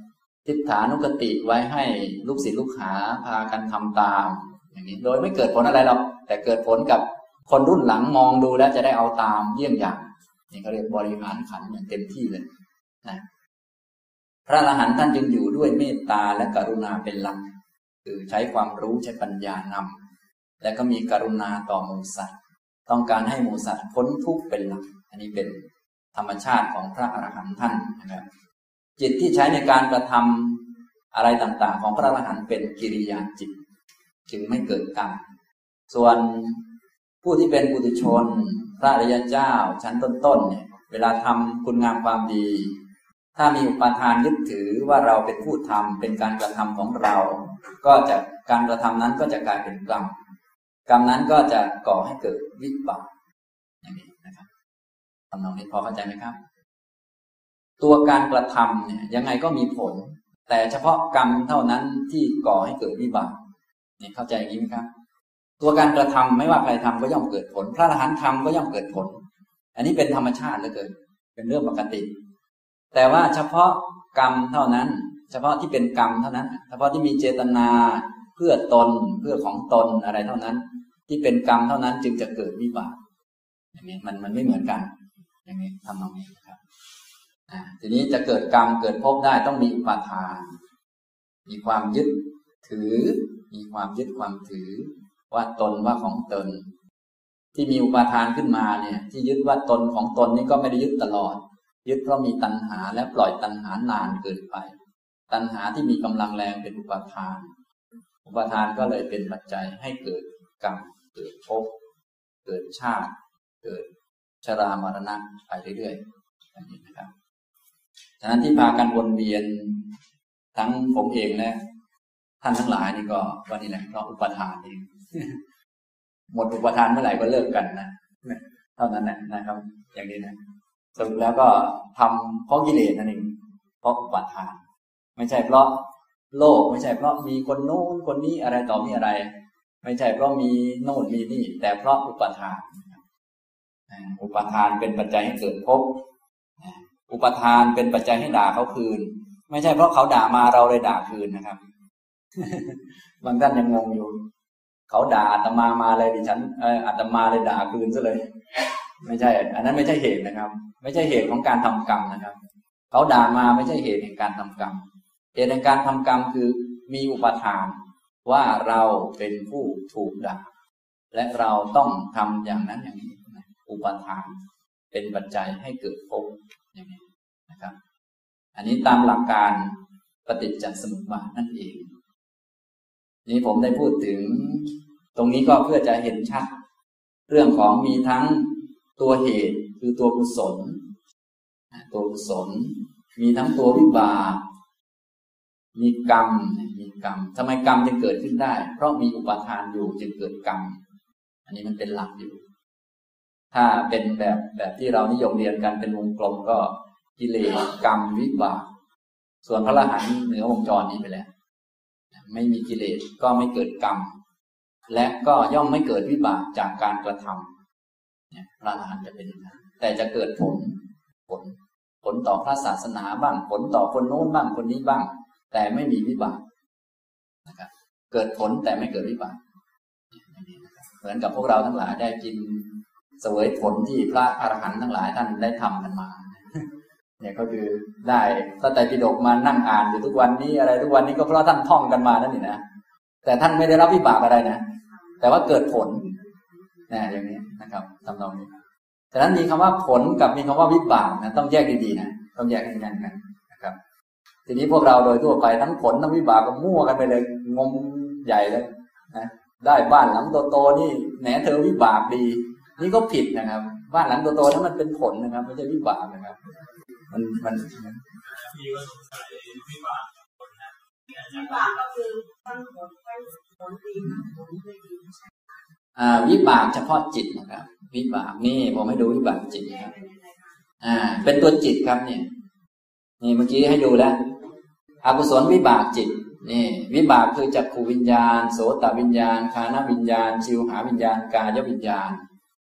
ทิฏฐานุกติไว้ให้ลูกศิษย์ลูกหาพากันทำตามอย่างนี้โดยไม่เกิดผลอะไรหรอกแต่เกิดผลกับคนรุ่นหลังมองดูแล้วจะได้เอาตามเยี่ยงอย่างนี่เขาเรียกบริหารขันธ์อย่างเต็มที่เลยนะพระอรหันต์ท่านจึงอยู่ด้วยเมตตาและกรุณาเป็นหลักคือใช้ความรู้ใช้ปัญญานำและก็มีกรุณาต่อหมู่สัตว์ต้องการให้หมู่สัตว์พ้นทุกข์เป็นหลักอันนี้เป็นธรรมชาติของพระอรหันต์ท่านนะครับจิตที่ใช้ในการกระทำอะไรต่างๆของพระอรหันต์เป็นกิริยาจิตจึงไม่เกิดกรรมส่วนผู้ที่เป็นปุถุชนพระอริยเจ้าชั้นต้นๆเนี่ยเวลาทำคุณงามความดีถ้ามีอุปาทานยึดถือว่าเราเป็นผู้ทำเป็นการกระทำของเราก็จะการกระทำนั้นก็จะกลายเป็นกรรมกรรมนั้นก็จะก่อให้เกิดวิบากอย่างนี้นะครับทำนองนี้พอเข้าใจไหมครับตัวการกระทำเนี่ยยังไงก็มีผลแต่เฉพาะกรรมเท่านั้นที่ก่อให้เกิดวิบากนี่เข้าใจอย่างนี้ไหมครับตัวการกระทำไม่ว่าใครทำก็ย่อมเกิดผลพระอรหันต์ทำก็ย่อมเกิดผลอันนี้เป็นธรรมชาติเหลือเกินเป็นเรื่องปกติแต่ว่าเฉพาะกรรมเท่านั้นเฉพาะที่เป็นกรรมเท่านั้นเฉพาะที่มีเจตนาเพื่อตนเพื่อของตนอะไรเท่านั้นที่เป็นกรรมเท่านั้นจึงจะเกิดวิบากอย่างนี้มันมันไม่เหมือนกันอย่างนี้ทำตรงนี้นะครับอ่าทีนี้จะเกิดกรรมเกิดภพได้ต้องมีอุปาทานมีความยึดถือมีความยึดความถือว่าตนว่าของตนที่มีอุปาทานขึ้นมาเนี่ยที่ยึดว่าตนของตนนี่ก็ไม่ได้ยึดตลอดยึดเพราะมีตัณหาและปล่อยตัณหานานเกินไปตัณหาที่มีกำลังแรงเป็นอุปาทานอุปาทานก็เลยเป็นปัจจัยให้เกิดกรรมเกิดภพเกิดชาติเกิดชรามรณะไปเรื่อยๆอย่างนี้นะครับฉะนั้นที่พากันวนเวียนทั้งผมเองและท่านทั้งหลายนี่ก็วันนี้แหละเพราะอุปาทานเองหมดอุปาทานเมื่อไหร่ก็เลิกกันนะเท่านั้นแหละนะครับอย่างนี้นะสรุปแล้วก็ทำเพราะกิเลสนั่นเองเพราะอุปาทานไม่ใช่เพราะโลภไม่ใช่เพราะมีคนโน้นคนนี้อะไรต่อมีอะไรไม่ใช่เพราะมีโน่นมีนี่แต่เพราะอุปาทานอุปาทานเป็นปัจจัยให้เกิดภพอุปาทานเป็นปัจจัยให้ด่าเขาคืนไม่ใช่เพราะเขาด่ามาเราเลยด่าคืนนะครับบางท่านยังงงอยู่เขาด่าอาตมามาเลยดิฉันเอออาตมาเลยด่าคืนซะเลยไม่ใช่อันนั้นไม่ใช่เหตุนะครับไม่ใช่เหตุของการทำกรรมนะครับเขาด่ามาไม่ใช่เหตุแห่งการทำกรรมเหตุแห่งการทำกรรมคือมีอุปาทานว่าเราเป็นผู้ถูกด่าและเราต้องทำอย่างนั้นอย่างนี้อุปาทานเป็นปัจจัยให้เกิดภพอย่างนี้นะครับอันนี้ตามหลักการปฏิจจสมุปบาทนั่นเองนี้ผมได้พูดถึงตรงนี้ก็เพื่อจะเห็นชัดเรื่องของมีทั้งตัวเหตุคือตัวกุศลตัวกุศลมีทั้งตัววิบากมีกรรมมีกรรมทำไมกรรมจึงเกิดขึ้นได้เพราะมีอุปาทานอยู่จึงเกิดกรรมอันนี้มันเป็นหลักอยู่ถ้าเป็นแบบแบบที่เรานิยมเรียนกันเป็นวงกลมก็กิเลสกรรมวิบากส่วนพระอรหันต์เหนือวงจรนี้ไปแล้วไม่มีกิเลสก็ไม่เกิดกรรมและก็ย่อมไม่เกิดวิบากจากการกระทำเนี่ยพระอรหันต์จะเป็นอย่างนั้นแต่จะเกิดผลผลผลต่อพระศาสนาบ้างผลต่อคนโน้นบ้างคนนี้บ้างแต่ไม่มีวิบากนะครับเกิดผลแต่ไม่เกิดวิบากเหมือนกับพวกเราทั้งหลายได้กินเสวยผลที่พระอรหันต์ทั้งหลายท่านได้ทำกันมาเนี่ยก็คือได้พระไตรปิฎกมานั่งอ่านอยู่ทุกวันนี้อะไรทุกวันนี้ก็เพราะท่านท่องกันมานั่นนี่นะแต่ท่านไม่ได้รับวิบากอะไรนะแต่ว่าเกิดผลนะอย่างนี้นะครับทำตรงนี้ฉะนั้นมีคำว่าผลกับมีคำว่าวิบากนะต้องแยกดีๆนะต้องแยกให้แน่นกันนะครับทีนี้พวกเราโดยทั่วไปทั้งผลทั้งวิบากก็มั่วกันไปเลยงมใหญ่เลยนะได้บ้านหลังโตๆนี่แหนเธอวิบากดีนี่ก็ผิดนะครับบ้านหลังโตๆนั้นมันเป็นผลนะครับไม่ใช่วิบากนะครับมันมันมีว่าสงสัยวิบากผลนะวิบากก็คือทั้งผลทั้งผลดีทั้งผลไม่ดีใช่อ่าวิบากเฉพาะจิตนะครับวิบากนี่ผมให้ดูวิบากจิตนะครับอ่าเป็นตัวจิตครับเนี่ยนี่เมื่อกี้ให้ดูแล้วอกุศลวิบากจิตนี่วิบากคือจักขูวิญญาณโสตวิญญาณฆานวิญญาณชิวหาวิญญาณกายวิญญาณ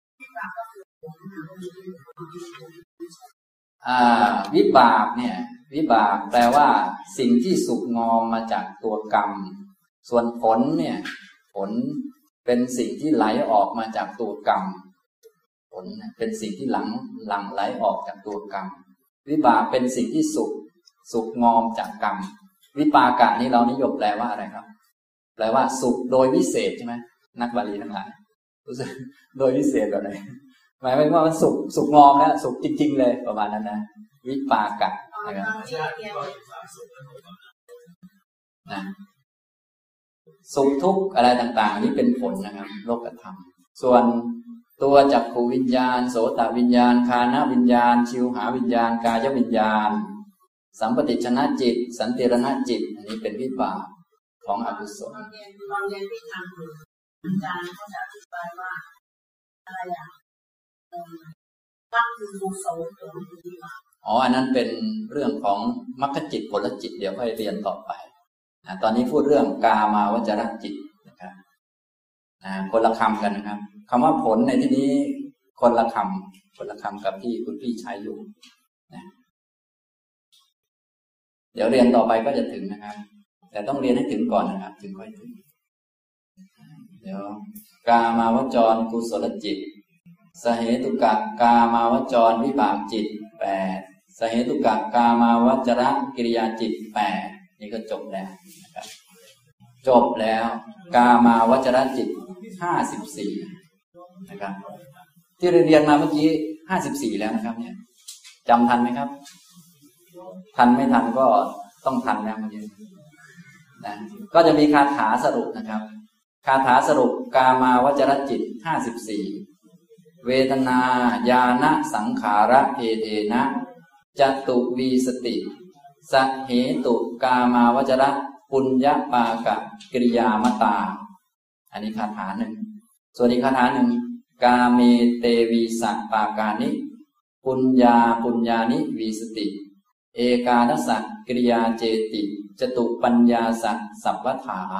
อ่าวิบากเนี่ยวิบากแปลว่าสิ่งที่สุกงอมมาจากตัวกรรมส่วนผลเนี่ยผลเป็นสิ่งที่ไหลออกมาจากตัวกรรมผลเป็นสิ่งที่หลังหลั่งไหลออกจากตัวกรรมวิบากเป็นสิ่งที่สุกสุกงอมจากกรรมวิปากะนี่เรานิยมแปลว่าอะไรครับแปลว่าสุขโดยวิเศษใช่ไหมนักบาลีทั้งหลายรู้สึกโดยวิเศษแบบไหนหมายว่ามันสุขสุขงอมแล้วสุขจริงๆเลยประมาณนั้นนะวิปากะนะครับนะสุขทุกข์อะไรต่างๆอันนี้เป็นผลนะครับโลกธรรมส่วนตัวจักขวิญญาณโสตวิญญาณคานวิญญาณชิวหาวิญญาณกายวิญญาณสัมปติชนะจิตสันติรณจิตอันนี้เป็นวิบากของอกุศลตอนเรียนที่ทำอยู่อาจารย์เขาจะอธิบายว่าอะไรอ่ะตั้งคือกุศลผลดีกว่าอ๋ออันนั้นเป็นเรื่องของมรรคจิตผลจิตเดี๋ยวค่อยเรียนต่อไปนะตอนนี้พูดเรื่องกามาวจรจิตนะครับนะคนละคำกันนะครับคำว่าผลในที่นี้คนละคำคนละคำกับที่คุณพี่ใช้อยู่นะเดี๋ยวเรียนต่อไปก็จะถึงนะครับแต่ต้องเรียนให้ถึงก่อนนะครับถึงค่อยถึงเดี๋ยวกามาวจรกุศลจิตสเหตุกะกามาวจรวิบากจิตแปดสเหตุกะกามาวจรกิริยาจิตแปดนี่ก็จบแล้วนะครับจบแล้วกามาวจรจิตห้าสิบสี่นะครับที่เรียนมาเมื่อกี้ห้าสิบสี่แล้วนะครับเนี่ยจำทันไหมครับทันไม่ทันก็ต้องทันแล้วเมื่อกี้นะก็จะมีคาถาสรุปนะครับคาถาสรุปกามาวจรจิตห้าสิบสี่เวทนาญาณสังขาระเพเทนะจตุวีสติสเหตุกามาวจรปุญญปากะกิริยามตาอันนี้คาถาหนึ่งส่วนอีกคาถาหนึ่งกาเมเตวีสัปากานิปุญญาปุญญานิวีสติเอกาทัสสะกิริยาเจติจตุปัญญาสัสัพพถา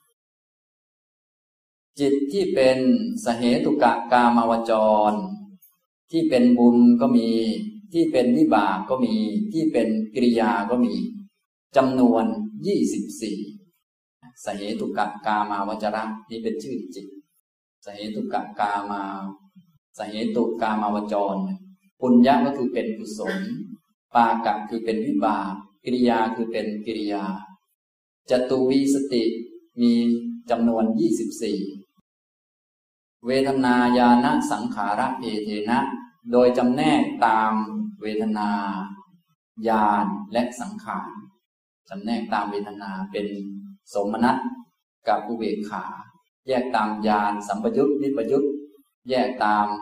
จิตที่เป็นสเหตุกะกามาวจรที่เป็นบุญก็มีที่เป็นวิบากก็มีที่เป็นกิริยาก็มีจำนวนยี่สิบสี่สเหตุกะกามาวจระนี่เป็นชื่อจิตสเหตุกะกามาสเหตุกามาวจรปุญญะก็คือเป็นกุศลปากะคือเป็นวิบากกิริยาคือเป็นกิริยาจตุวีสติมีจำนวนยี่สิบสี่เวทนาญาณสังขาระเพเทนะโดยจำแนกตามเวทนาญาณและสังขารจำแนกตามเวทนาเป็นสมนัตกับอุเบกขาแยกตามญาณสัมปยุตวิปยุตแยกตาม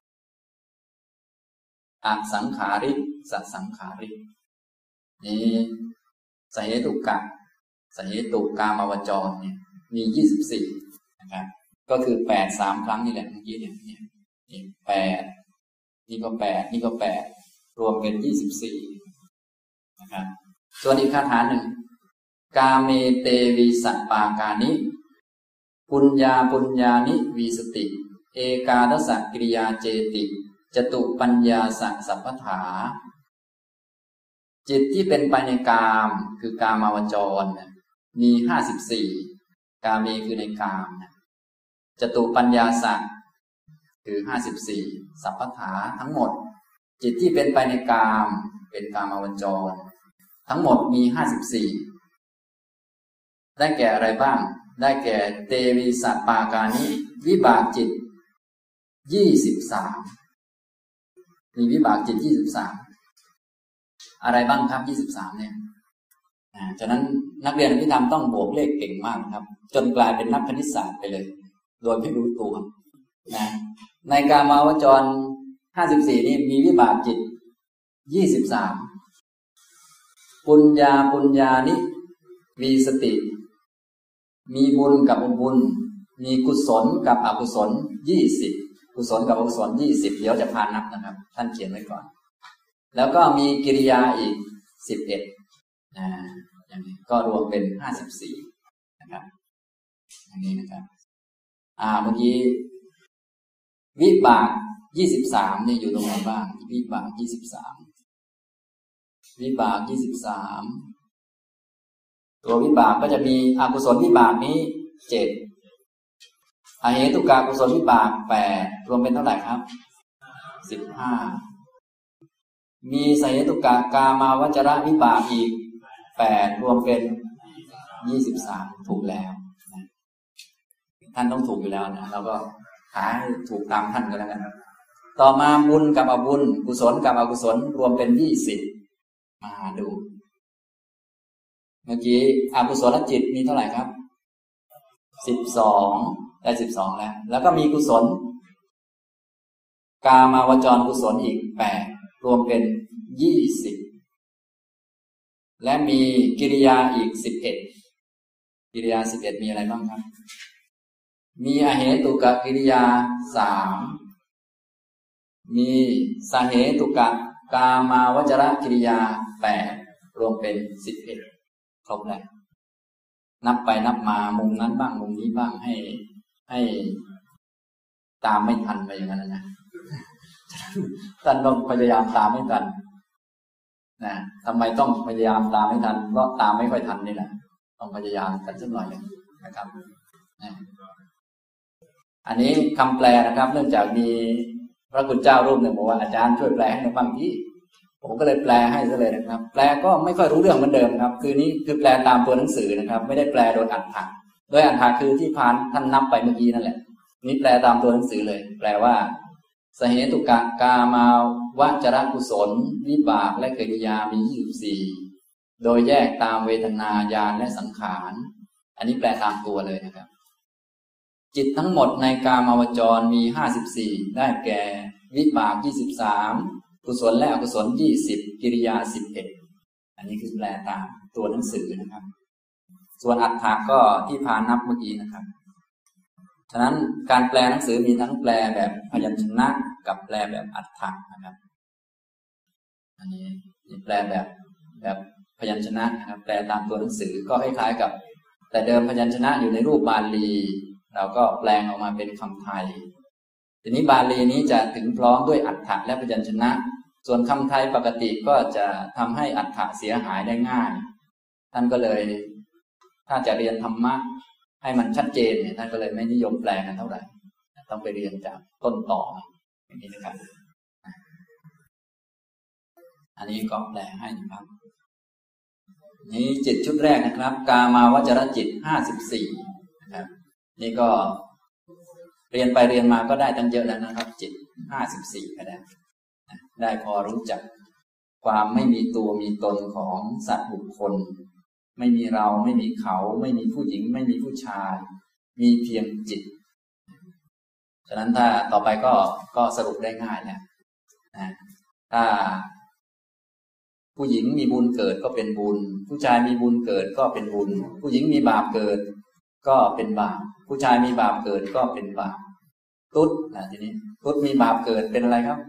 อสังขาริกสัสังขาริกนี้สเหตุกะสเหตุกามาวจรเนี่ยมียี่สิบสี่นะครับก็คือแปดสามครั้งนี่แหละเมื่อกี้เนี่ยเนี่ยนี่แปดนี่ก็แปดนี่ก็แปดรวมเป็นยี่สิบสี่นะครับส่วนอีกคาถาหนึ่งกาเมเตวีสัปปากานิปุญญาปุญญานิวีสติเอกาทัสสะกิริยาเจติจตุปัญญาสัสัพพถาจิตที่เป็นไปในกามคือกามาวจรมีห้าสิบสี่กาเมคือในกามจตุปัญญาสัคือห้าสิบสี่สัพพถาทั้งหมดจิตที่เป็นไปในกามเป็นกามาวจรทั้งหมดมีห้าสิบสี่ได้แก่อะไรบ้างได้แก่เตวีสัปปากานิวิบากจิตยี่สิบสามมีวิบากจิตยี่สิบสามอะไรบ้างครับยี่สิบสามเนี่ยอ่าฉะนั้นนักเรียนอภิธรรมต้องบวกเลขเก่งมากครับจนกลายเป็นนักคณิตศาสตร์ไปเลยโดยไม่รู้ตัวนะในกามาวจรห้าสิบสี่นี่มีวิบากจิตยี่สิบสามปุญญาปุญญานิวีสติมีบุญกับอกุบุญมีกุศลกับอกุศลยี่สิบกุศลกับอกุศลยี่สิบเดี๋ยวจะพานับนะครับท่านเขียนไว้ก่อนแล้วก็มีกิริยาอีกสิบเอ็ดนะอย่างนี้ก็รวมเป็นห้าสิบสี่นะครับอย่างนี้นะครับอ่าเมื่อกี้วิบากยี่สิบสามนี่อยู่ตรงไหนบ้างวิบากยี่สิบสามวิบากยี่สิบสามตัววิบากก็จะมีอกุศลวิบากนี้เจ็ดอเหตุกะกุศลวิบากแปดรวมเป็นเท่าไหร่ครับสิบห้ามีสเหตุกะกามาวจรวิบากอีกแปดรวมเป็นยี่สิบสามถูกแล้วนะท่านต้องถูกอยู่แล้วนะเราก็หาให้ถูกตามท่านก็แล้วกันต่อมาบุญกับอกุศลกุศลกับอกุศลรวมเป็นยี่สิบมาดูเมื่อกี้อกุศลจิตมีเท่าไหร่ครับสิบสองได้สิบสองแล้วแล้วก็มีกุศลกามาวจรกุศลอีกแปดรวมเป็นยี่สิบและมีกิริยาอีกสิบเอ็ดกิริยาสิบเอ็ดมีอะไรบ้างครับมีอเหตุกะกิริยาสามมีสเหตุกะกามาวจรกิริยาแปดรวมเป็นสิบเอ็ดครบแล้วนับไปนับมามุมนั้นบ้างมุมนี้บ้างให้ให้ตามไม่ทันไปอย่างนั้นนะท่านต้องพยายามตามให้ทันนะทำไมต้องพยายามตามให้ทันเพราะตามไม่ค่อยทันนี่แหละต้องพยายามกันสักหน่อยนะครับนะอันนี้คำแปลนะครับเนื่องจากมีพระคุณเจ้ารูปหนึ่งบอกว่าอาจารย์ช่วยแปลให้หน่อยบ้างที่ผมก็เลยแปลให้ซะเลยนะครับแปลก็ไม่ค่อยรู้เรื่องเหมือนเดิมครับคือนี้คือแปลตามตัวหนังสือนะครับไม่ได้แปลโดยอัตถะโดยอัตถะคือที่พานท่านนับไปเมื่อกี้นั่นแหละนี่แปลตามตัวหนังสือเลยแปลว่าสเหตุกะกามาวจรกุศลวิบากและกิริยามียี่สิบสี่โดยแยกตามเวทนาญาณและสังขารอันนี้แปลตามตัวเลยนะครับจิตทั้งหมดในกามาวจรมีห้าสิบสี่ได้แก่วิบากยี่สิบสามกุศลและอกุศลยี่สิบกิริยาสิบเอ็ดอันนี้คือแปลตามตัวหนังสือนะครับส่วนอัตถะก็ที่พานับเมื่อกี้นะครับฉะนั้นการแปลหนังสือมีทั้งแปลแบบพยัญชนะกับแปลแบบอัตถะนะครับอันนี้แปลแบบแบบพยัญชนะนะครับแปลตามตัวหนังสือก็คล้ายๆกับแต่เดิมพยัญชนะอยู่ในรูปบาลีเราก็แปลงออกมาเป็นคำไทยทีนี้บาลีนี้จะถึงพร้อมด้วยอัฏฐะและพยัญชนะส่วนคำไทยปกติก็จะทำให้อัฏฐะเสียหายได้ง่ายท่านก็เลยถ้าจะเรียนธรรมะให้มันชัดเจนเนี่ยท่านก็เลยไม่นิยมแปลกันเท่าไหร่ต้องไปเรียนจากต้นต่ออย่างนี้นะครับอันนี้ก็แปลให้นะครับนี้จิตชุดแรกนะครับกามาวจรจิตห้าสิบสี่นะครับนี่ก็เรียนไปเรียนมาก็ได้ตั้งเยอะแล้วนะครับจิตห้าสิบสี่ก็ได้ได้พอรู้จักความไม่มีตัวมีตนของสัตว์บุคคลไม่มีเราไม่มีเขาไม่มีผู้หญิงไม่มีผู้ชายมีเพียงจิตฉะนั้นถ้าต่อไปก็ก็สรุปได้ง่ายแล้วนะถ้าผู้หญิงมีบุญเกิดก็เป็นบุญผู้ชายมีบุญเกิดก็เป็นบุญผู้หญิงมีบาปเกิดก็เป็นบาปผู้ชายมีบาปเกิดก็เป็นบาปตุ๊ดนะทีนี้ตุ๊ดมีบาปเกิดเป็นอะไรครับ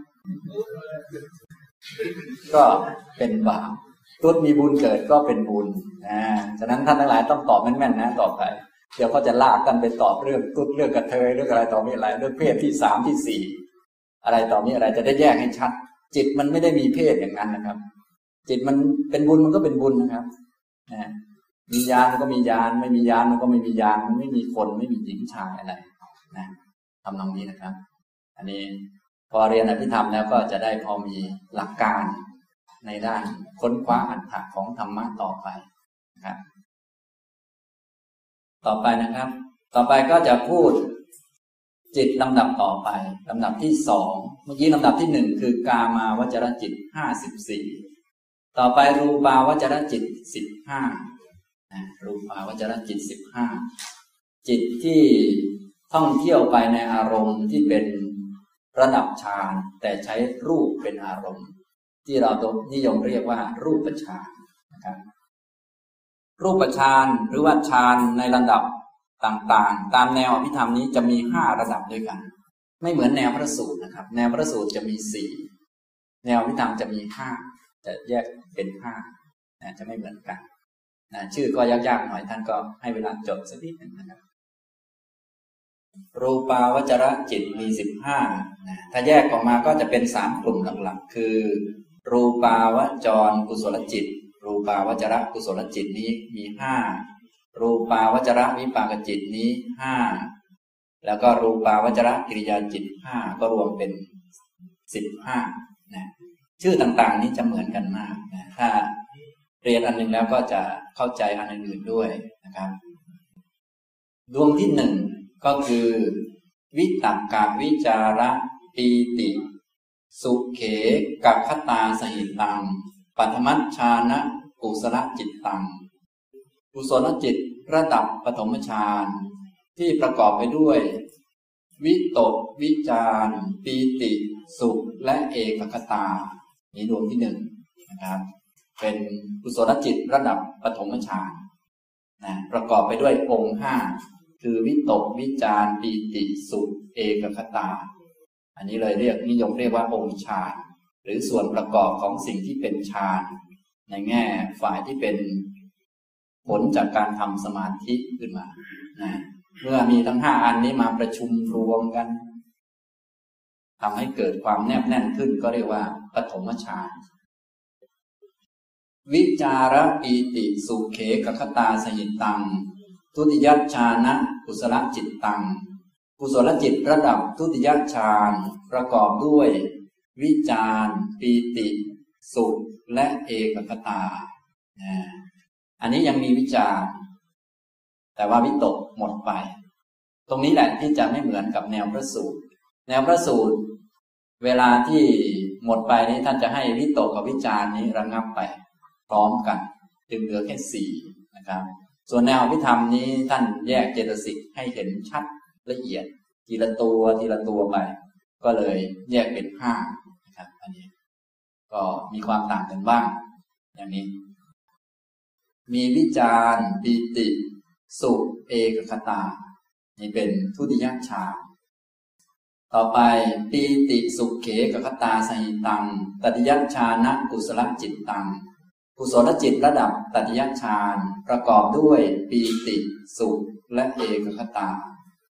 ก็เป็นบาปตุ๊ดมีบุญเกิดก็เป็นบุญนะฉะนั้นท่านทั้งหลายต้องตอบแม่นๆนะต่อไปเดี๋ยวก็จะลากกันไปตอบเรื่องตุ๊ดเรื่องกระเทยเรื่องอะไรต่อมีอะไรเรื่องเพศที่สามที่สี่อะไรต่อมีอะไรจะได้แยกให้ชัดจิตมันไม่ได้มีเพศอย่างนั้นนะครับจิตมันเป็นบุญมันก็เป็นบุญนะครับนะมีญาณมันก็มีญาณไม่มีญาณมันก็ไม่มีญาณมันไม่มีคนไม่มีหญิงชายอะไรนะทำนองนี้นะครับอันนี้พอเรียนอภิธรรมแล้วก็จะได้พอมีหลักการในด้านค้นคว้าอัตถะของธรรมะต่อไปนะครับต่อไปนะครับต่อไปก็จะพูดจิตลำดับต่อไปลำดับที่สองเมื่อกี้ลำดับที่หนึ่งคือกามาวจรจิตห้าสิบสี่ต่อไปรูปาวจรจิตสิบห้ารูปาวจรจิตสิบห้าจิตที่ท่องเที่ยวไปในอารมณ์ที่เป็นระดับฌานแต่ใช้รูปเป็นอารมณ์ที่เรานิยมเรียกว่ารูปฌานนะครับรูปฌานหรือว่าฌานในระดับต่างๆตามแนวอภิธรรมนี้จะมีห้าระดับด้วยกันไม่เหมือนแนวพระสูตรนะครับแนวพระสูตรจะมีสี่แนวอภิธรรมจะมีห้าจะแยกเป็นห้านะจะไม่เหมือนกันนะชื่อก็ยากๆหน่อยท่านก็ให้เวลาจดสักนิดหนึ่งนะครับรูปาวจรจิตมีสิบห้านะถ้าแยกออกมาก็จะเป็นสามกลุ่มหลักๆคือรูปาวจรกุศลจิตรูปาวจรกุศลจิตนี้มีห้ารูปาวจรวิปากจิตนี้ห้าแล้วก็รูปาวจรกิริยาจิตห้าก็รวมเป็นสิบห้านะชื่อต่างๆนี้จะเหมือนกันมากนะถ้าเรียนอันหนึ่งแล้วก็จะเข้าใจอันอื่นๆด้วยนะครับดวงที่หนึ่งก็คือวิตักกวิจาระปีติสุเขกัคตาสหิตังปัทมัชฌานะกุศลจิตตังกุศลจิตระดับปฐมฌานที่ประกอบไปด้วยวิตกวิจารปีติสุขและเอกคตานี่ดวงที่หนึ่งนะครับเป็นกุศลจิตระดับปฐมฌานนะประกอบไปด้วยองค์ห้าคือวิตกวิจารปีติสุขเอกคตาอันนี้เลยเรียกนิยมเรียกว่าองค์ฌานหรือส่วนประกอบของสิ่งที่เป็นฌานในแง่ฝ่ายที่เป็นผลจากการทำสมาธิขึ้นมานะเมื่อมีทั้งห้าอันนี้มาประชุมรวมกันทำให้เกิดความแนบแน่นขึ้นก็เรียกว่าปฐมฌานวิจารปีติสุเขกัคตาสหิตังทุติยฌานะกุศลจิตตังกุศลจิตระดับทุติยฌานประกอบด้วยวิจารปีติสุขและเอกคตาอันนี้ยังมีวิจารแต่ว่าวิตกหมดไปตรงนี้แหละที่จะไม่เหมือนกับแนวพระสูตรแนวพระสูตรเวลาที่หมดไปนี้ท่านจะให้วิตกกับวิจารนี้ระงับไปพร้อมกันจึงเหลือแค่สี่นะครับส่วนแนวอภิธรรมนี้ท่านแยกเจตสิกให้เห็นชัดละเอียดทีละตัวทีละตัวไปก็เลยแยกเป็นห้านะครับอันนี้ก็มีความต่างกันบ้างอย่างนี้มีวิจารปีติสุขเอกคตานี่เป็นทุติยฌานต่อไปปีติสุขเขกคตาสหิตังตติยฌานะกุศลจิตตังกุศลจิตระดับตติยฌานประกอบด้วยปีติสุขและเอกคตา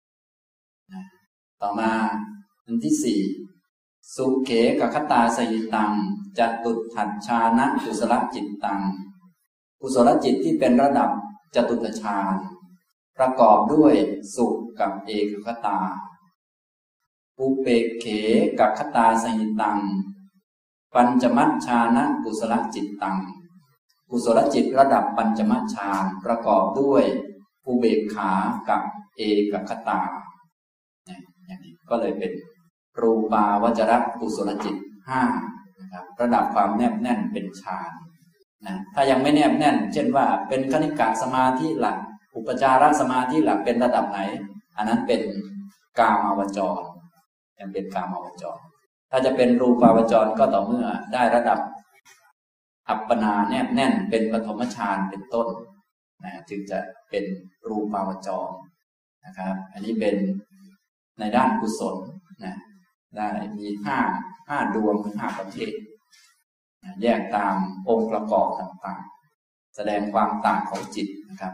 ต่อมาอันที่สี่สุขเขกคตาสหิตังจตุถัชฌานะกุศลจิตตังกุศลจิตที่เป็นระดับจตุตฌานประกอบด้วยสุขกับเอกคตาอุเปกเขกัคตาสหิตังปัญจมัชฌานะกุศลจิตตังกุศลจิตระดับปัญจมัชฌานประกอบด้วยอุเบกขากับเอกคตาอย่างนี้ก็เลยเป็นรูปาวจรกุศลจิตห้านะครับระดับความแนบแน่นเป็นฌานนะถ้ายังไม่แนบแน่นเช่นว่าเป็นคณิกะสมาธิหลักอุปจารสมาธิหลักเป็นระดับไหนอันนั้นเป็นกามาวจรยังเป็นกามาวจรถ้าจะเป็นรูปาวจรก็ต่อเมื่อได้ระดับอัปปนาแนบแน่นเป็นปฐมฌานเป็นต้นนะจึงจะเป็นรูปาวจรนะครับอันนี้เป็นในด้านกุศลนะได้มีห้าห้าดวงหรือห้าประเภทนะแยกตามองค์ประกอบต่างๆแสดงความต่างของจิตนะครับ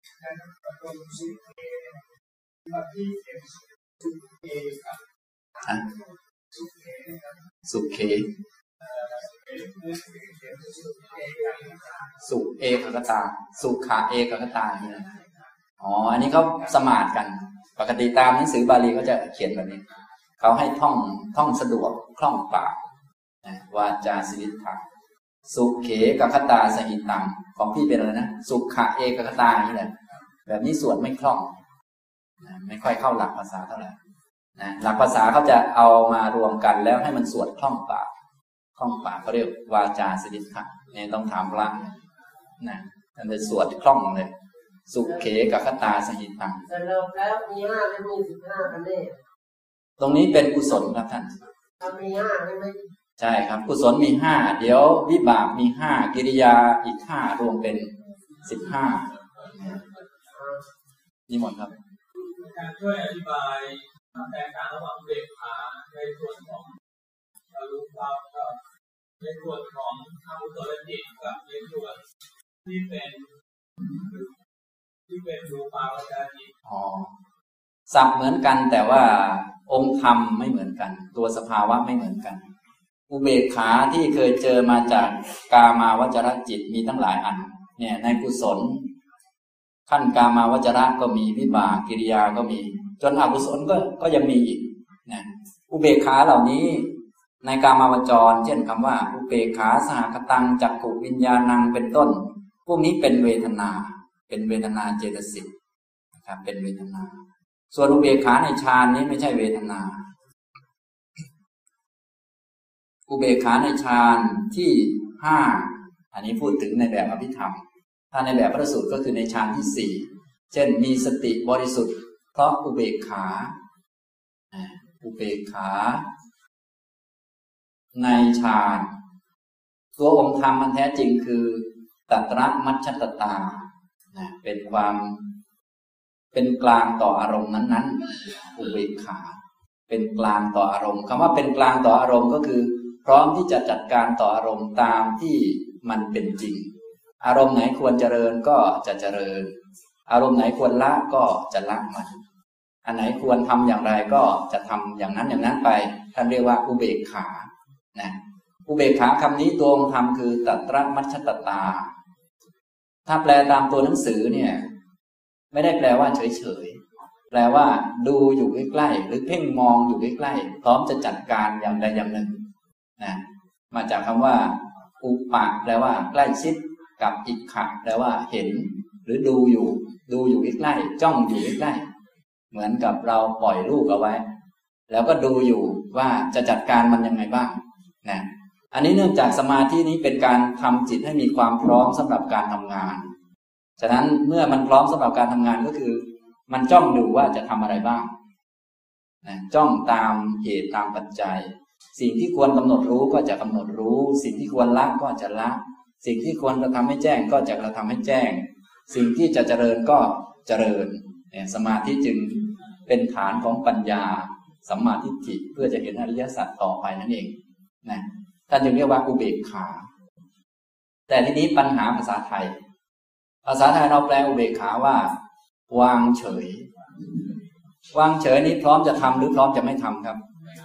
อะสุขเขสุขเอกคตาสุขาเอกคตาเนี่ยอ๋ออันนี้เขาสมาทกันปกติตามหนังสือบาลีเขาจะเขียนแบบนี้เขาให้ท่องท่องสะดวกคล่องปากวาจาสิริธรรมสุขเขกคตาสหิตังของพี่เป็นอะไรนะสุขะเอกคตานี่แหละแบบนี้สวดไม่คล่องไม่ค่อยเข้าหลักภาษาเท่าไหร่นะหลักภาษาเขาจะเอามารวมกันแล้วให้มันสวดคล่องปากคล่องปากเขาเรียกวาจาสิริธรรมเนี่ยต้องถามพระนะมันจะสวดคล่องเลยสุขเขกคตาสหิตังแต่เราแล้วมีห้าไม่มีสิบห้ากันแน่ตรงนี้เป็นกุศลครับท่านมีห้าใช่ไหมใช่ครับกุศลมีห้าเดี๋ยววิบากมีห้ากิริยาอีกห้ารวมเป็นสิบห้านี่หมดครับการช่วยอธิบายความแตกต่างระหว่างเบกขาในส่วนของอรูปะกับในส่วนของอกุศลจิตกับในส่วนที่เป็นที่เป็นรูปาวจรจิตอ๋อศัพท์เหมือนกันแต่ว่าองค์ธรรมไม่เหมือนกันตัวสภาวะไม่เหมือนกันอุเบกขาที่เคยเจอมาจากกามาวจรจิตมีตั้งหลายอันเนี่ยในกุศลขั้นกามาวจระก็มีวิบากกิริยาก็มีจนอกุศลก็ก็ยังมีอีกนะอุเบกขาเหล่านี้ในกามาวจรเช่นคำว่าอุเบกขาสหคตังจักขุวิญญาณังเป็นต้นพวกนี้เป็นเวทนาเป็นเวทนาเจตสิกนะครับเป็นเวทนาส่วนอุเบกขาในฌานนี้ไม่ใช่เวทนาอุเบกขาในฌานที่ห้าอันนี้พูดถึงในแบบอภิธรรมถ้าในแบบพระสูตรก็คือในฌานที่สี่เช่นมีสติบริสุทธิ์เพราะอุเบกขาอุเบกขาในฌานตัวองค์ธรรมมันแท้จริงคือตัตระมัชฌัตตาเป็นความเป็นกลางต่ออารมณ์นั้นๆอุเบกขาเป็นกลางต่ออารมณ์คำว่าเป็นกลางต่ออารมณ์ก็คือพร้อมที่จะจัดการต่ออารมณ์ตามที่มันเป็นจริงอารมณ์ไหนควรเจริญก็จะเจริญอารมณ์ไหนควรละก็จะละมันอันไหนควรทำอย่างไรก็จะทำอย่างนั้นอย่างนั้นไปท่านเรียกว่าอุเบกขานะอุเบกขาคำนี้ตัวองค์ธรรมคือตัตระมัชฌัตตาถ้าแปลตามตัวหนังสือเนี่ยไม่ได้แปลว่าเฉยๆแปลว่าดูอยู่ใกล้ๆหรือเพ่งมองอยู่ใกล้ๆพร้อมจะจัดการอย่างใดอย่างหนึ่งนะมาจากคำว่าอุปะแปลว่าใกล้ชิดกับอิกขะแปลว่าเห็นหรือดูอยู่ดูอยู่ใกล้ๆจ้องอยู่ใกล้ๆเหมือนกับเราปล่อยลูกเอาไว้แล้วก็ดูอยู่ว่าจะจัดการมันยังไงบ้างนะอันนี้เนื่องจากสมาธินี้เป็นการทำจิตให้มีความพร้อมสำหรับการทำงานฉะนั้นเมื่อมันพร้อมสำหรับการทำงานก็คือมันจ้องดูว่าจะทำอะไรบ้างนะจ้องตามเหตุตามปัจจัยสิ่งที่ควรกำหนดรู้ก็จะกำหนดรู้สิ่งที่ควรละก็จะละสิ่งที่ควรกระทำให้แจ้งก็จะกระทำให้แจ้งสิ่งที่จะเจริญก็เจริญเนี่ยสมาธิจึงเป็นฐานของปัญญาสัมมาทิฏฐิเพื่อจะเห็นอริยสัจต่อไปนั่นเองนะท่านจึงเรียกว่าอุเบกขาแต่ทีนี้ปัญหาภาษาไทยภาษาไทยเราแปลอุเบกขาว่าวางเฉยวางเฉยนี้พร้อมจะทำหรือพร้อมจะไม่ทำครับ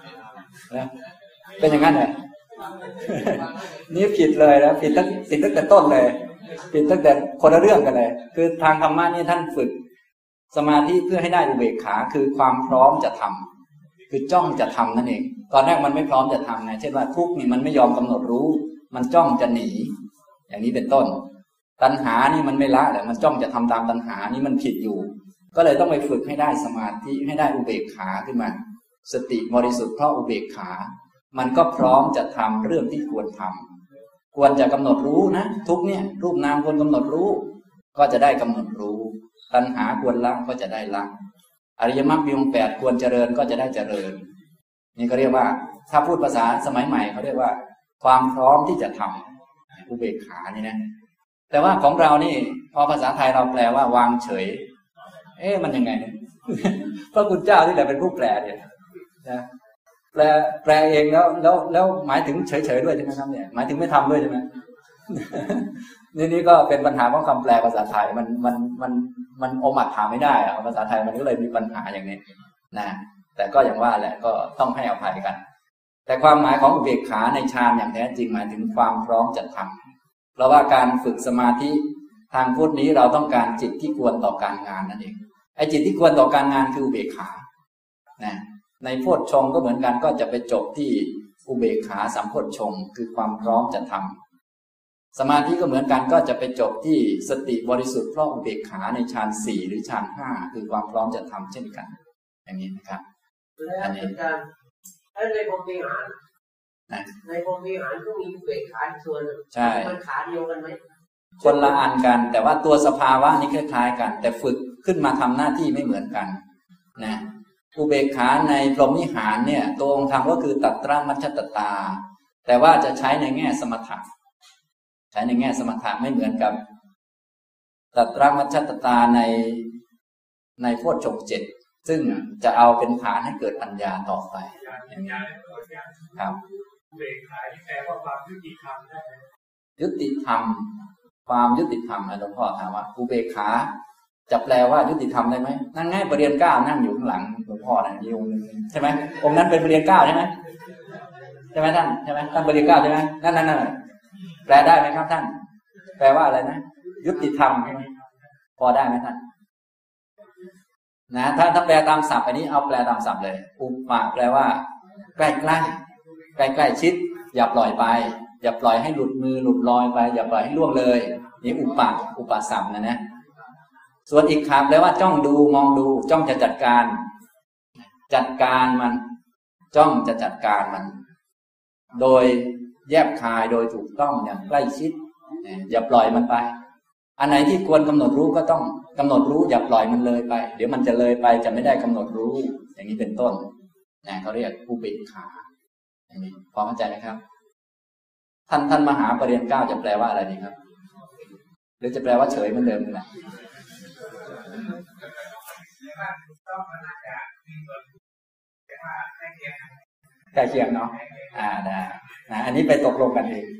เป็นอย่างนั้นเลยนี่ผิดเลยนะผิดตั้งผิดตั้งแต่ต้นเลยผิดตั้งแต่คนละเรื่องกันเลยคือทางธรรมะนี่ท่านฝึกสมาธิเพื่อให้ได้อุเบกขาคือความพร้อมจะทำคือจ้องจะทำนั่นเองตอนแรกมันไม่พร้อมจะทำไงเช่นว่าทุกข์นี่มันไม่ยอมกำหนดรู้มันจ้องจะหนีอย่างนี้เป็นต้นตัณหานี่มันไม่ละแต่มันจ้องจะทำตามตัณหานี่มันผิดอยู่ก็เลยต้องไปฝึกให้ได้สมาธิให้ได้อุเบกขาขึ้นมาสติบริสุทธิ์เพราะอุเบกขามันก็พร้อมจะทำเรื่องที่ควรทำควรจะกำหนดรู้นะทุกเนี่ยรูปนามควรกำหนดรู้ก็จะได้กำหนดรู้ตัณหาควรละก็จะได้ละอริยมรรคมีองค์แปดควรเจริญก็จะได้เจริญนี่ก็เรียกว่าถ้าพูดภาษาสมัยใหม่เขาเรียกว่าความพร้อมที่จะทำอุเบกขานี่นะแต่ว่าของเรานี่พอภาษาไทยเราแปลว่าวางเฉยเอ๊ะมันยังไงเนี่ยพระคุณเจ้าที่แหละเป็นผู้แปลเนี่ยนะแปลแปลเองแล้วแล้วแล้วหมายถึงเฉยๆด้วยใช่ไหมครับเนี่ยหมายถึงไม่ทำด้วยใช่ไหม นี่นี่ก็เป็นปัญหาของคำแปลภาษาไทยมันมันมันมันอมอัดถามไม่ได้อะภาษาไทยมันก็เลยมีปัญหาอย่างนี้นะแต่ก็อย่างว่าแหละก็ต้องให้อภัยกันแต่ความหมายของอุเบกขาในฌานอย่างแท้จริงหมายถึงความพร้อมจะทำเพราะว่าการฝึกสมาธิทางพุทธนี้เราต้องการจิตที่ควรต่อการงานนั่นเองไอ้จิตที่ควรต่อการงานคืออุเบกขานะในโพชฌงค์ก็เหมือนกันก็จะไปจบที่อุเบกขาสัมโพชฌงค์คือความพร้อมจะทำสมาธิก็เหมือนกันก็จะไปจบที่สติบริสุทธิ์เพราะอุเบกขาในฌานสี่หรือฌานห้าคือความพร้อมจะทำเช่นกันอย่างนี้นะครับอันนี้ในพรหมวิหารในพรหมวิหารก็มีอุเบกขาส่วนใช่มันขาเดียวกันไหมคนละอันกันแต่ว่าตัวสภาวะนี้คล้ายๆกันแต่ฝึกขึ้นมาทำหน้าที่ไม่เหมือนกันนะอุเบกขาในพรหมวิหารเนี่ยตัวองค์ธรรมก็คือตัตระมัชฌัตตาแต่ว่าจะใช้ในแง่สมถะใช้ในแง่สมถะไม่เหมือนกับตัตระมัชฌัตตาในในโพชฌงค์เจ็ดซึ่งจะเอาเป็นฐานให้เกิดปัญญาต่อไปครับอุเบกขาที่แปลว่าความยุติธรรมได้ไหมยุติธรรมความยุติธรรมนะหลวงพ่อถามว่าอุเบกขาจะแปลว่ายุติธรรมได้ไหมนั่งง่ายประเรียนเก้านั่งอยู่ข้างหลังหลวงพ่อนะมีองค์นึงใช่ไหมองค์นั้นเป็นประเรียนเก้าใช่ไหมใช่ไหมท่านใช่ไหมท่านบริกรใช่ไหมนั่นนั่นนั่นแปลได้ไหมครับท่านแปลว่าอะไรนะยุติธรรมใช่ไหมพอได้ไหมท่านนะถ้าถ้าแปลตามศัพท์อันนี้เอาแปลตามศัพท์เลยอุปมาแปลว่าใกล้ใกล้ใกล้ใกล้ชิดอย่าปล่อยไปอย่าปล่อยให้หลุดมือหลุดลอยไปอย่าปล่อยให้ล่วงเลยนี่อุปะอุปสัมนะนะส่วนอีกคำแปลว่าจ้องดูมองดูจ้องจะจัดการจัดการมันจ้องจะจัดการมันโดยแยบคายโดยถูกต้องอย่างใกล้ชิดอย่าปล่อยมันไปอันไหนที่ควรกำหนดรู้ก็ต้องกำหนดรู้อย่าปล่อยมันเลยไปเดี๋ยวมันจะเลยไปจะไม่ได้กำหนดรู้อย่างนี้เป็นต้นนะเขาเรียกอุเบกขาอย่างนี้พอเข้าใจไหมครับท่านท่านมหาปริญญาเก้าจะแปลว่าอะไรดีครับหรือจะแปลว่าเฉยเหมือนเดิมนี่แหละใกล้เคียงเนาะอ่าได้นะอันนี้ไปตกลงกันเอง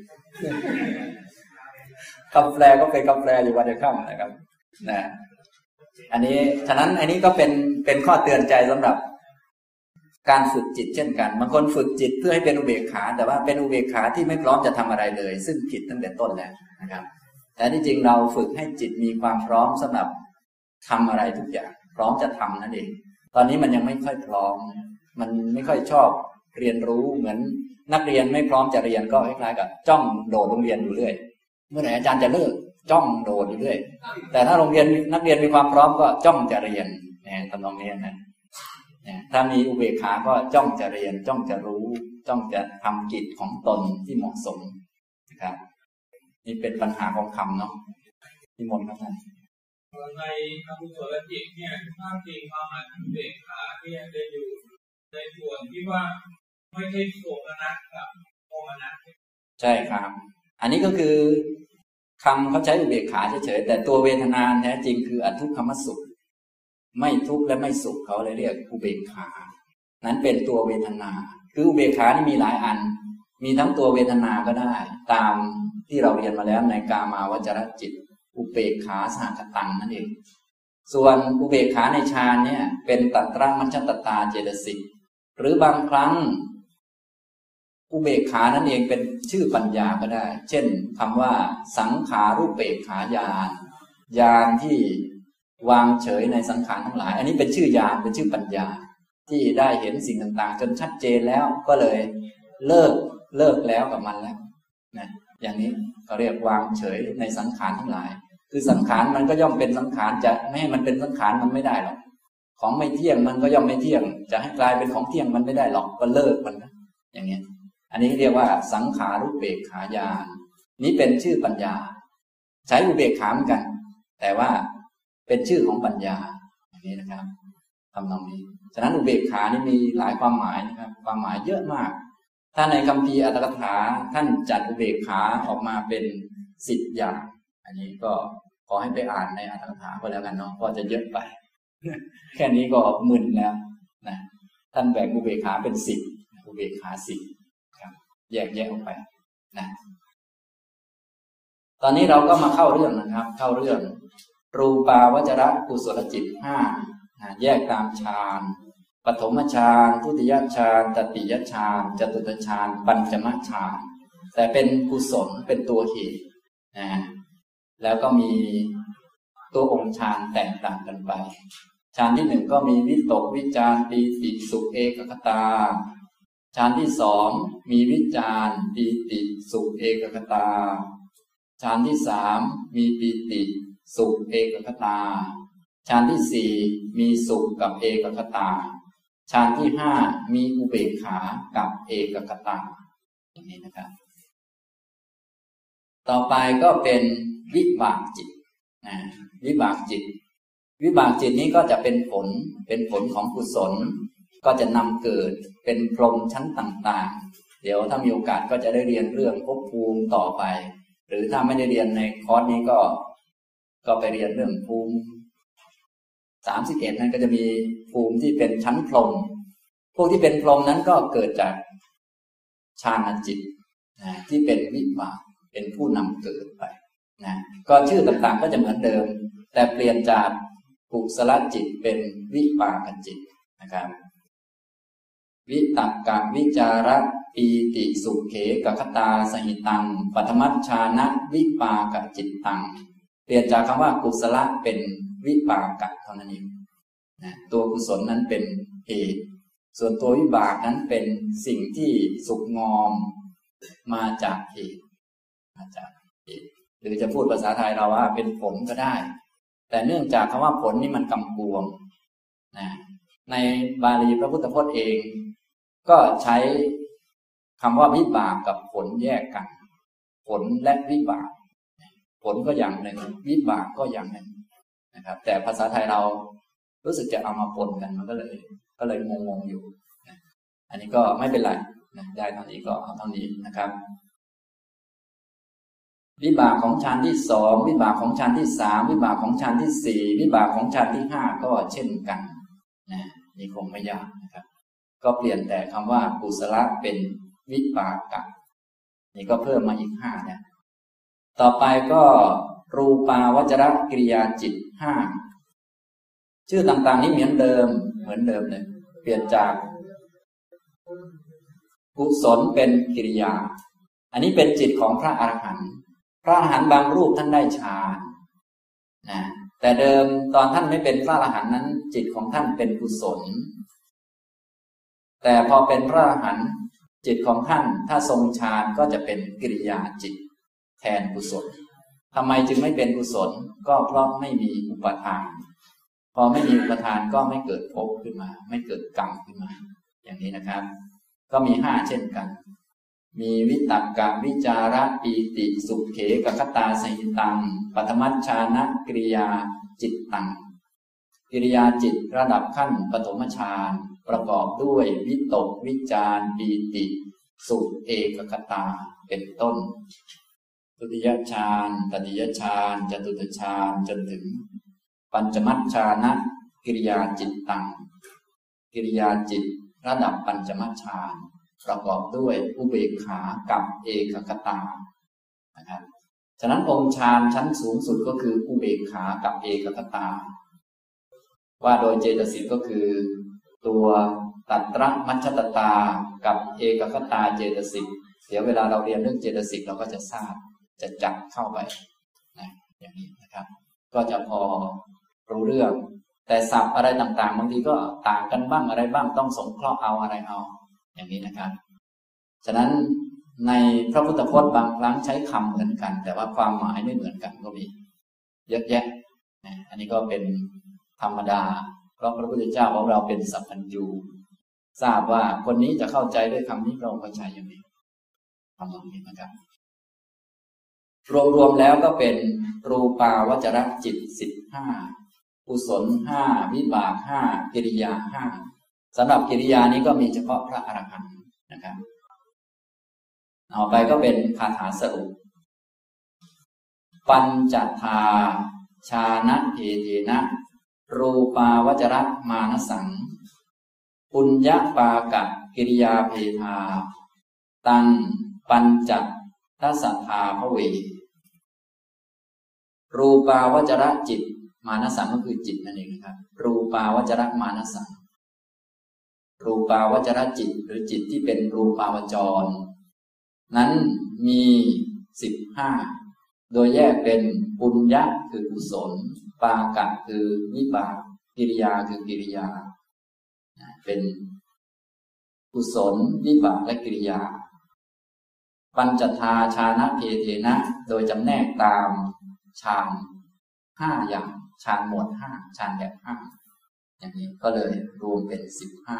คำแปลก็เป็นคำแปลอยู่วันเดียวค่ำนะครับนะอันนี้ฉะนั้นอันนี้ก็เป็นเป็นข้อเตือนใจสำหรับการฝึกจิตเช่นกันบางคนฝึกจิตเพื่อให้เป็นอุเบกขาแต่ว่าเป็นอุเบกขาที่ไม่พร้อมจะทำอะไรเลยซึ่งผิดตั้งแต่ต้นแล้วนะครับแต่ที่จริงเราฝึกให้จิตมีความพร้อมสำหรับทำอะไรทุกอย่างพร้อมจะทำนั่นเองตอนนี้มันยังไม่ค่อยพร้อมมันไม่ค่อยชอบเรียนรู้เหมือนนักเรียนไม่พร้อมจะเรียนก็คล้ายๆกับจ้องโดดโรงเรียนอยู่เรื่อยเมื่อไหร่อาจารย์จะเลิกจ้องโดดอยู่เรื่อยแต่ถ้าโรงเรียนนักเรียนมีความพร้อมก็จ้องจะเรียนเนี่ยทำนองนี้นะถ้ามีอุเบกขาก็จ้องจะเรียนจ้องจะรู้จ้องจะทำกิจของตนที่เหมาะสมนะครับนี่เป็นปัญหาของคำเนาะที่มนต์ครับท่านในอกุศลจิตเนี่ยถ้าตีความหมายอุเบกขาเนี่ยจะอยู่ในส่วนที่ว่าไม่ใช่โสมนัสกับโทมนัสใช่ครับอันนี้ก็คือคำเขาใช้อุเบกขาเฉยๆแต่ตัวเวทนาแท้จริงคืออทุกขมสุขไม่ทุกข์และไม่สุขเขาเลยเรียกอุเบกขานั้นเป็นตัวเวทนาคืออุเบกขานี่มีหลายอันมีทั้งตัวเวทนาก็ได้ตามที่เราเรียนมาแล้วในกามาวจรจิตอุเบกขาสหคตังนั่นเองส่วนอุเบกขาในฌานเนี่ยเป็นตัตระมัชฌัตตาเจตสิกหรือบางครั้งอุเบกขานั่นเองเป็นชื่อปัญญาก็ได้เช่นคำว่าสังขารุเบกขาญาณญาณที่วางเฉยในสังขารทั้งหลายอันนี้เป็นชื่อญาณเป็นชื่อปัญญาที่ได้เห็นสิ่งต่างๆจนชัดเจนแล้วก็เลยเลิกเลิกแล้วกับมันแล้วนะอย่างนี้เขาเรียกวางเฉยในสังขารทั้งหลายคือสังขารมันก็ย่อมเป็นสังขารจะไม่ให้มันเป็นสังขารมันไม่ได้หรอกของไม่เที่ยงมันก็ย่อมไม่เที่ยงจะให้กลายเป็นของเที่ยงมันไม่ได้หรอกก็เลิกมันนะอย่างนี้อันนี้เรียกว่าสังขารุเบกขาญาณนี้เป็นชื่อปัญญาใช้อุเบกขาเหมือนกันแต่ว่าเป็นชื่อของปัญญาอย่างนี้นะครับทำตรงนี้ฉะนั้นอุเบกขานี่มีหลายความหมายนะครับความหมายเยอะมากถ้าในคัมภีร์อัตถกถาท่านจัดอุเบกขาออกมาเป็นสิบอย่างอันนี้ก็ขอให้ไปอ่านในอัตถกถาก็แล้วกันเนาะเพราะจะเยอะไปแค่นี้ก็มึนแล้วนะท่านแบ่งอุเบกขาเป็นสิบอุเบกขาสิบครับแยกแยกออกไปนะตอนนี้เราก็มาเข้าเรื่องนะครับเข้าเรื่องรูปาวจรกุศลจิตห้าแยกตามฌานปฐมฌานทุติยฌานตติยฌานจตุตฌานปัญจมฌานแต่เป็นกุศลเป็นตัวเหตุนะแล้วก็มีตัวองค์ฌานแตกต่างกันไปฌานที่หนึ่งก็มีวิตกวิจารปีติสุขเอกคตาฌานที่สองมีวิจารปีติสุขเอกคตาฌานที่สามมีปีติสุขเอกคตาฌานที่สี่มีสุขกับเอกคตาฌานที่ห้ามีอุเบกขากับเอกคตาอย่างนี้นะครับต่อไปก็เป็นวิบากจิตนะวิบากจิตวิบากจิตนี้ก็จะเป็นผลเป็นผลของกุศลก็จะนำเกิดเป็นพรหมชั้นต่างๆเดี๋ยวถ้ามีโอกาสก็จะได้เรียนเรื่องภพภูมิต่อไปหรือถ้าไม่ได้เรียนในคอร์สนี้ก็ก็ไปเรียนเรื่องภูมิสามสิบเอ็ดนั้นก็จะมีภูมิที่เป็นชั้นพรหมพวกที่เป็นพรหมนั้นก็เกิดจากฌานจิตนะที่เป็นวิบากเป็นผู้นำเกิดไปนะก็ชื่อต่างๆก็จะเหมือนเดิมแต่เปลี่ยนจากกุศลจิตเป็นวิปากจิตนะครับวิตกกวิจารปีติสุขเขกคตาสหิตังปัทมัชฌานะวิปากจิตตังเปลี่ยนจากคำว่ากุศลเป็นวิปากะเท่านั้นเองนะตัวกุศลนั้นเป็นเหตุส่วนตัววิบากนั้นเป็นสิ่งที่สุกงอมมาจากเหตุมาจากเหตุหรือจะพูดภาษาไทยเราว่าเป็นผลก็ได้แต่เนื่องจากคำว่าผลนี่มันกำกวมนะในบาลีพระพุทธพจน์เองก็ใช้คำว่าวิบากกับผลแยกกันผลและวิบากผลก็อย่างหนึ่งวิบากก็อย่างหนึ่งนะครับแต่ภาษาไทยเรารู้สึกจะเอามาปนกันมันก็เลยก็เลยงงๆอยู่นะอันนี้ก็ไม่เป็นไรนะได้เท่านี้ก็เอาเท่านี้นะครับวิบากของฌานที่สองวิบากของฌานที่สามวิบากของฌานที่สี่วิบากของฌานที่ห้าก็เช่นกันนะนี่คงไม่ยากนะครับก็เปลี่ยนแต่คำว่ากุศลเป็นวิปากะนี่ก็เพิ่มมาอีกห้านะต่อไปก็รูปาวจรกิริยาจิตห้าชื่อต่างๆนี้เหมือนเดิมเหมือนเดิมเลยเปลี่ยนจากกุศลเป็นกิริยาอันนี้เป็นจิตของพระอรหันต์พระอรหันต์บางรูปท่านได้ฌานนะแต่เดิมตอนท่านไม่เป็นพระอรหันต์นั้นจิตของท่านเป็นกุศลแต่พอเป็นพระอรหันต์จิตของท่านถ้าทรงฌานก็จะเป็นกิริยาจิตแทนกุศลทำไมจึงไม่เป็นกุศลก็เพราะไม่มีอุปทานพอไม่มีอุปทานก็ไม่เกิดภพขึ้นมาไม่เกิดกรรมขึ้นมาอย่างนี้นะครับก็มีห้าเช่นกันมีวิตักกะวิจาระปีติสุขเขกคตาสหิตังปัทมัชฌานะกิริยาจิตตังกิริยาจิตระดับขั้นปฐมฌานประกอบด้วยวิตกวิจารปีติสุขเอกคตาเป็นต้นทุติยฌานตติยฌานจตุตฌานจนถึงปัญจมัชฌานะกิริยาจิตตังกิริยาจิตระดับปัญจมัชฌานประกอบด้วยอุเบกขากับเอกคตานะครับฉะนั้นองค์ฌานชั้นสูงสุดก็คืออุเบกขากับเอกคตาว่าโดยเจตสิกก็คือตัวตัตระมัชฌตตากับเอกคตาเจตสิกเดี๋ยวเวลาเราเรียนเรื่องเจตสิกเราก็จะทราบจะจับเข้าไปนะอย่างนี้นะครับก็จะพอรู้เรื่องแต่ศัพท์อะไรต่างๆบางทีก็ต่างกันบ้างอะไรบ้างต้องสงเคราะห์เอาอะไรเอาอย่างนี้นะครับฉะนั้นในพระพุทธพจน์บางครั้งใช้คำเหมือนกันแต่ว่าความหมายไม่เหมือนกันก็มีเยอะแยะนะอันนี้ก็เป็นธรรมดาเพราะพระพุทธเจ้าของเราเป็นสัพพัญญูทราบว่าคนนี้จะเข้าใจด้วยคำนี้เราก็ใช้อย่างนี้ทำอย่างนี้นะครับรวมๆแล้วก็เป็นรูปาวจรจิตสิบห้ากุศลห้าวิบากห้ากิริยาห้าสำหรับกิริยานี้ก็มีเฉพาะพระอรหันต์นะครับต่อไปก็เป็นคาถาสรุปปัญจทาชานะเทเทนะรูปาวจรมานสังปุญญปากะกิริยาเพทาตังปัญจทัสสทาภเวรูปาวจรจิตมานสังก็คือจิตนั่นเองนะครับรูปาวจรมานสังรูปาวจรจิตหรือจิตที่เป็นรูปาวจรนั้นมีสิบห้าโดยแยกเป็นปุญญะคือกุศลปากะคือวิบากกิริยาคือกิริยาเป็นกุศลวิบากและกิริยาปัญจทาชานะเทเทนะโดยจำแนกตามฌานห้าอย่างฌานหมวดห้าฌานแบบห้าอย่างนี้ก็เลยรวมเป็นสิบห้า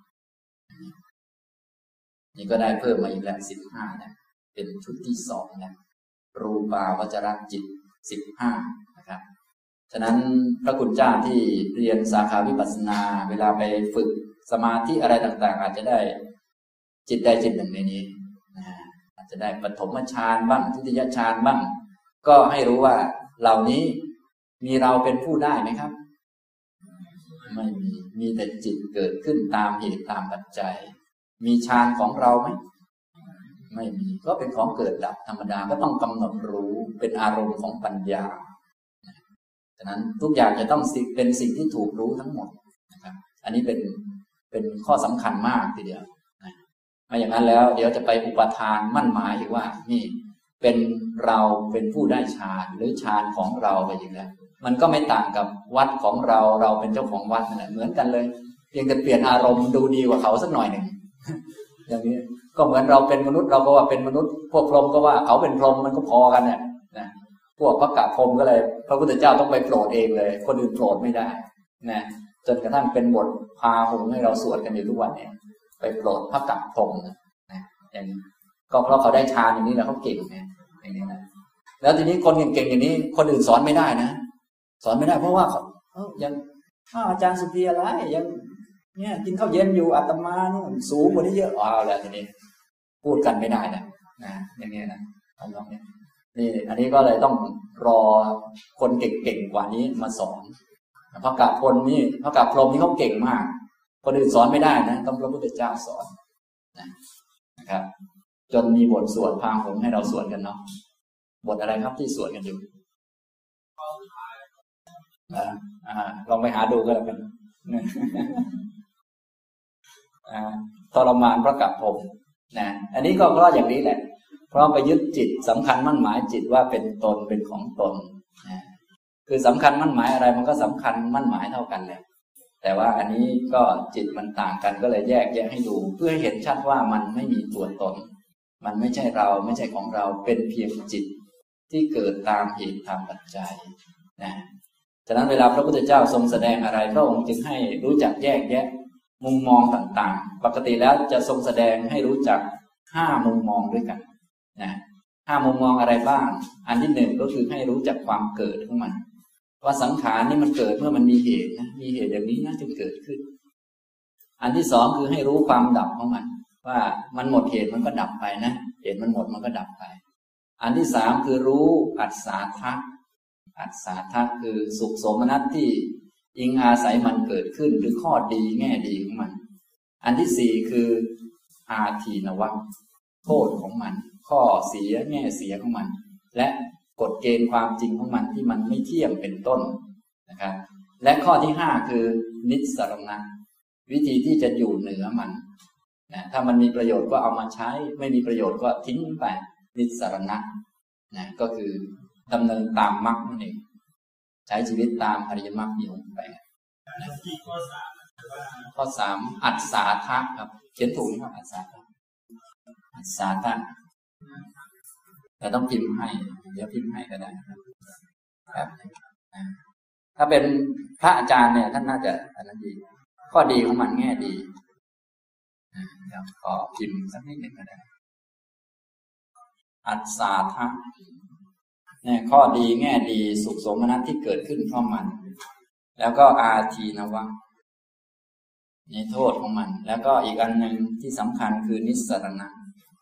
นี่ก็ได้เพิ่มมาอีกแล้วสิบห้านะเป็นชุดที่สองนะรูปาวจรจิตสิบห้านะครับฉะนั้นพระคุณเจ้าที่เรียนสาขาวิปัสสนาเวลาไปฝึกสมาธิอะไรต่างๆอาจจะได้จิตใดจิตหนึ่งในนี้นะอาจจะได้ปฐมฌานบ้างทุติยฌานบ้างก็ให้รู้ว่าเหล่านี้มีเราเป็นผู้ได้ไหมครับไม่มีมีแต่จิตเกิดขึ้นตามเหตุตามปัจจัยมีฌานของเราไหมไม่มีก็เป็นของเกิดดับธรรมดาก็ต้องกำหนดรู้เป็นอารมณ์ของปัญญาฉะนั้นทุกอย่างจะต้องเป็นสิ่งที่ถูกรู้ทั้งหมดนะครับอันนี้เป็นเป็นข้อสำคัญมากทีเดียวนะไม่อย่างนั้นแล้วเดี๋ยวจะไปอุปทานมั่นหมายอีกว่านี่เป็นเราเป็นผู้ได้ฌานหรือฌานของเราไปอย่างนั้นมันก็ไม่ต่างกับวัดของเราเราเป็นเจ้าของวัดนั่นแหละเหมือนกันเลยเพียงแต่เปลี่ยนอารมณ์ดูดีกว่าเขาสักหน่อยหนึ่งอย่างนี้ก็เหมือนเราเป็นมนุษย์เราก็ว่าเป็นมนุษย์พวกพรหมก็ว่าเขาเป็นพรหมมันก็พอกันเนี่ยนะพวกพระกะพรหมก็เลยพระพุทธเจ้าต้องไปโปรดเองเลยคนอื่นโปรดไม่ได้นะจนกระทั่งเป็นบทพาหงให้เราสวดกันอยู่ทุกวันเนี่ยไปโปรดพระกะพรหมนะอย่างนี้ก็เพราะเขาได้ฌานอย่างนี้แล้วเขาเก่งเนี่ยอย่างนี้นะแล้วทีนี้คนเก่งๆอย่างนี้คนอื่นสอนไม่ได้นะสอนไม่ได้เพราะว่าเขายังอาจารย์สุธีอะไรยังเนี่ยกินข้าวเย็นอยู่อาตมาเนี่ยสูงกว่านี้เยอะอ้าวแล้วทีนี้พูดกันไม่ได้นะนะอย่างนี้นะทำนองนี้นี่อันนี้ก็เลยต้องรอคนเก่งๆกว่านี้มาสอนพระกะพลนี่พระกะพรหมนี่เขาเก่งมากคนอื่นสอนไม่ได้นะต้องพระพุทธเจ้าสอนนะนะครับจนมีบทสวดพาหงให้เราสวดกันเนาะบทอะไรครับที่สวดกันอยู่อ่าอ่าลองไปหาดูก็แล้วกันอ่าทรมานพระกะพรหมนะอันนี้ก็เพราะอย่างนี้แหละเพราะไปยึดจิตสำคัญมั่นหมายจิตว่าเป็นตนเป็นของตนนะคือสำคัญมั่นหมายอะไรมันก็สำคัญมั่นหมายเท่ากันแหละแต่ว่าอันนี้ก็จิตมันต่างกันก็เลยแยกแยะให้ดูเพื่อให้เห็นชัดว่ามันไม่มีตัวตนมันไม่ใช่เราไม่ใช่ของเราเป็นเพียงจิตที่เกิดตามเหตุตามปัจจัยนะฉะนั้นเวลาพระพุทธเจ้าทรงแสดงอะไรพระองค์จึงให้รู้จักแยกแยะมุมมองต่างๆปกติแล้วจะทรงแสดงให้รู้จักห้ามุมมองด้วยกันนะห้ามุมมองอะไรบ้างอันที่หนึ่งก็คือให้รู้จักความเกิดของมันว่าสังขารนี่มันเกิดเมื่อมันมีเหตุนะมีเหตุอย่างนี้นะจึงเกิดขึ้นอันที่สองคือให้รู้ความดับของมันว่ามันหมดเหตุมันก็ดับไปนะเหตุมันหมดมันก็ดับไปอันที่สามคือรู้อัศสาทะอัศสาทะคือสุขโสมนัสที่อิงอาศัยมันเกิดขึ้นหรือข้อดีแง่ดีของมันอันที่สี่คืออาทีนวะโทษของมันข้อเสียแง่เสียของมันและกฎเกณฑ์ความจริงของมันที่มันไม่เที่ยงเป็นต้นนะครับและข้อที่ห้าคือนิสสรณะวิธีที่จะอยู่เหนือมันนะถ้ามันมีประโยชน์ก็เอามาใช้ไม่มีประโยชน์ก็ทิ้งไปนิสสรณะนะก็คือดำเนินตามมรรคนั่นเองใช้ชีวิตตามอริยมรรคมีองค์แปดข้อสามอัศสาทะครับเขียนถูกไหมครับอัศสาทะอัศสาทะแต่ต้องพิมพ์ให้เดี๋ยวพิมพ์ให้ก็ได้ครับถ้าเป็นพระอาจารย์เนี่ยท่านน่าจะอันนั้นดีข้อดีของมันแง่ดีเดี๋ยวขอพิมพ์สักนิดหนึ่งก็ได้อัศสาทะเนี่ยข้อดีแง่ดีสุขโสมนัสที่เกิดขึ้นเพราะมันแล้วก็อาทีนวะนี่โทษของมันแล้วก็อีกอันหนึ่งที่สำคัญคือนิสสรณะ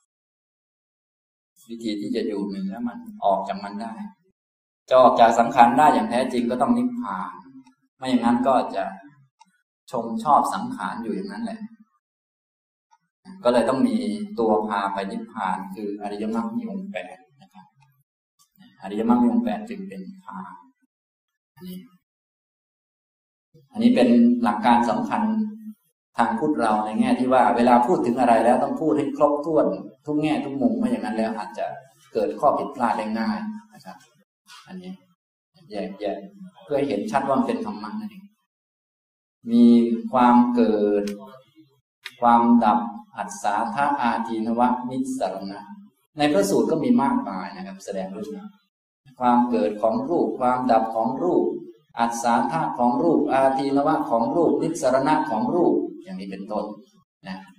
วิธีที่จะอยู่เหนือมันออกจากมันได้จะออกจากสังขารได้อย่างแท้จริงก็ต้องนิพพานไม่อย่างนั้นก็จะชมชอบสังขารอยู่อย่างนั้นแหละก็เลยต้องมีตัวพาไปนิพพานคืออริยมรรคมีองค์แปดนะครับอริยมรรคมีองค์แปดจึงเป็นทางอันนี้อันนี้เป็นหลักการสำคัญทางพุทธเราในแง่ที่ว่าเวลาพูดถึงอะไรแล้วต้องพูดให้ครบถ้วนทุกแง่ทุกมุมไม่อย่างนั้นแล้วอาจจะเกิดข้อผิดพลาดได้ง่ายนะครับอันนี้แยกแยะเพื่อให้เห็นชัดว่ามันเป็นธรรมะนั่นเองมีความเกิดความดับอัศสาทะอาทีนวะนิสสรณะในพระสูตรก็มีมากมายนะครับแสดงเรื่องนี้ความเกิดของรูปความดับของรูปอัศสาทะของรูปอาทีนวะของรูปนิสสรณะของรูปอย่างนี้เป็นต้นนะ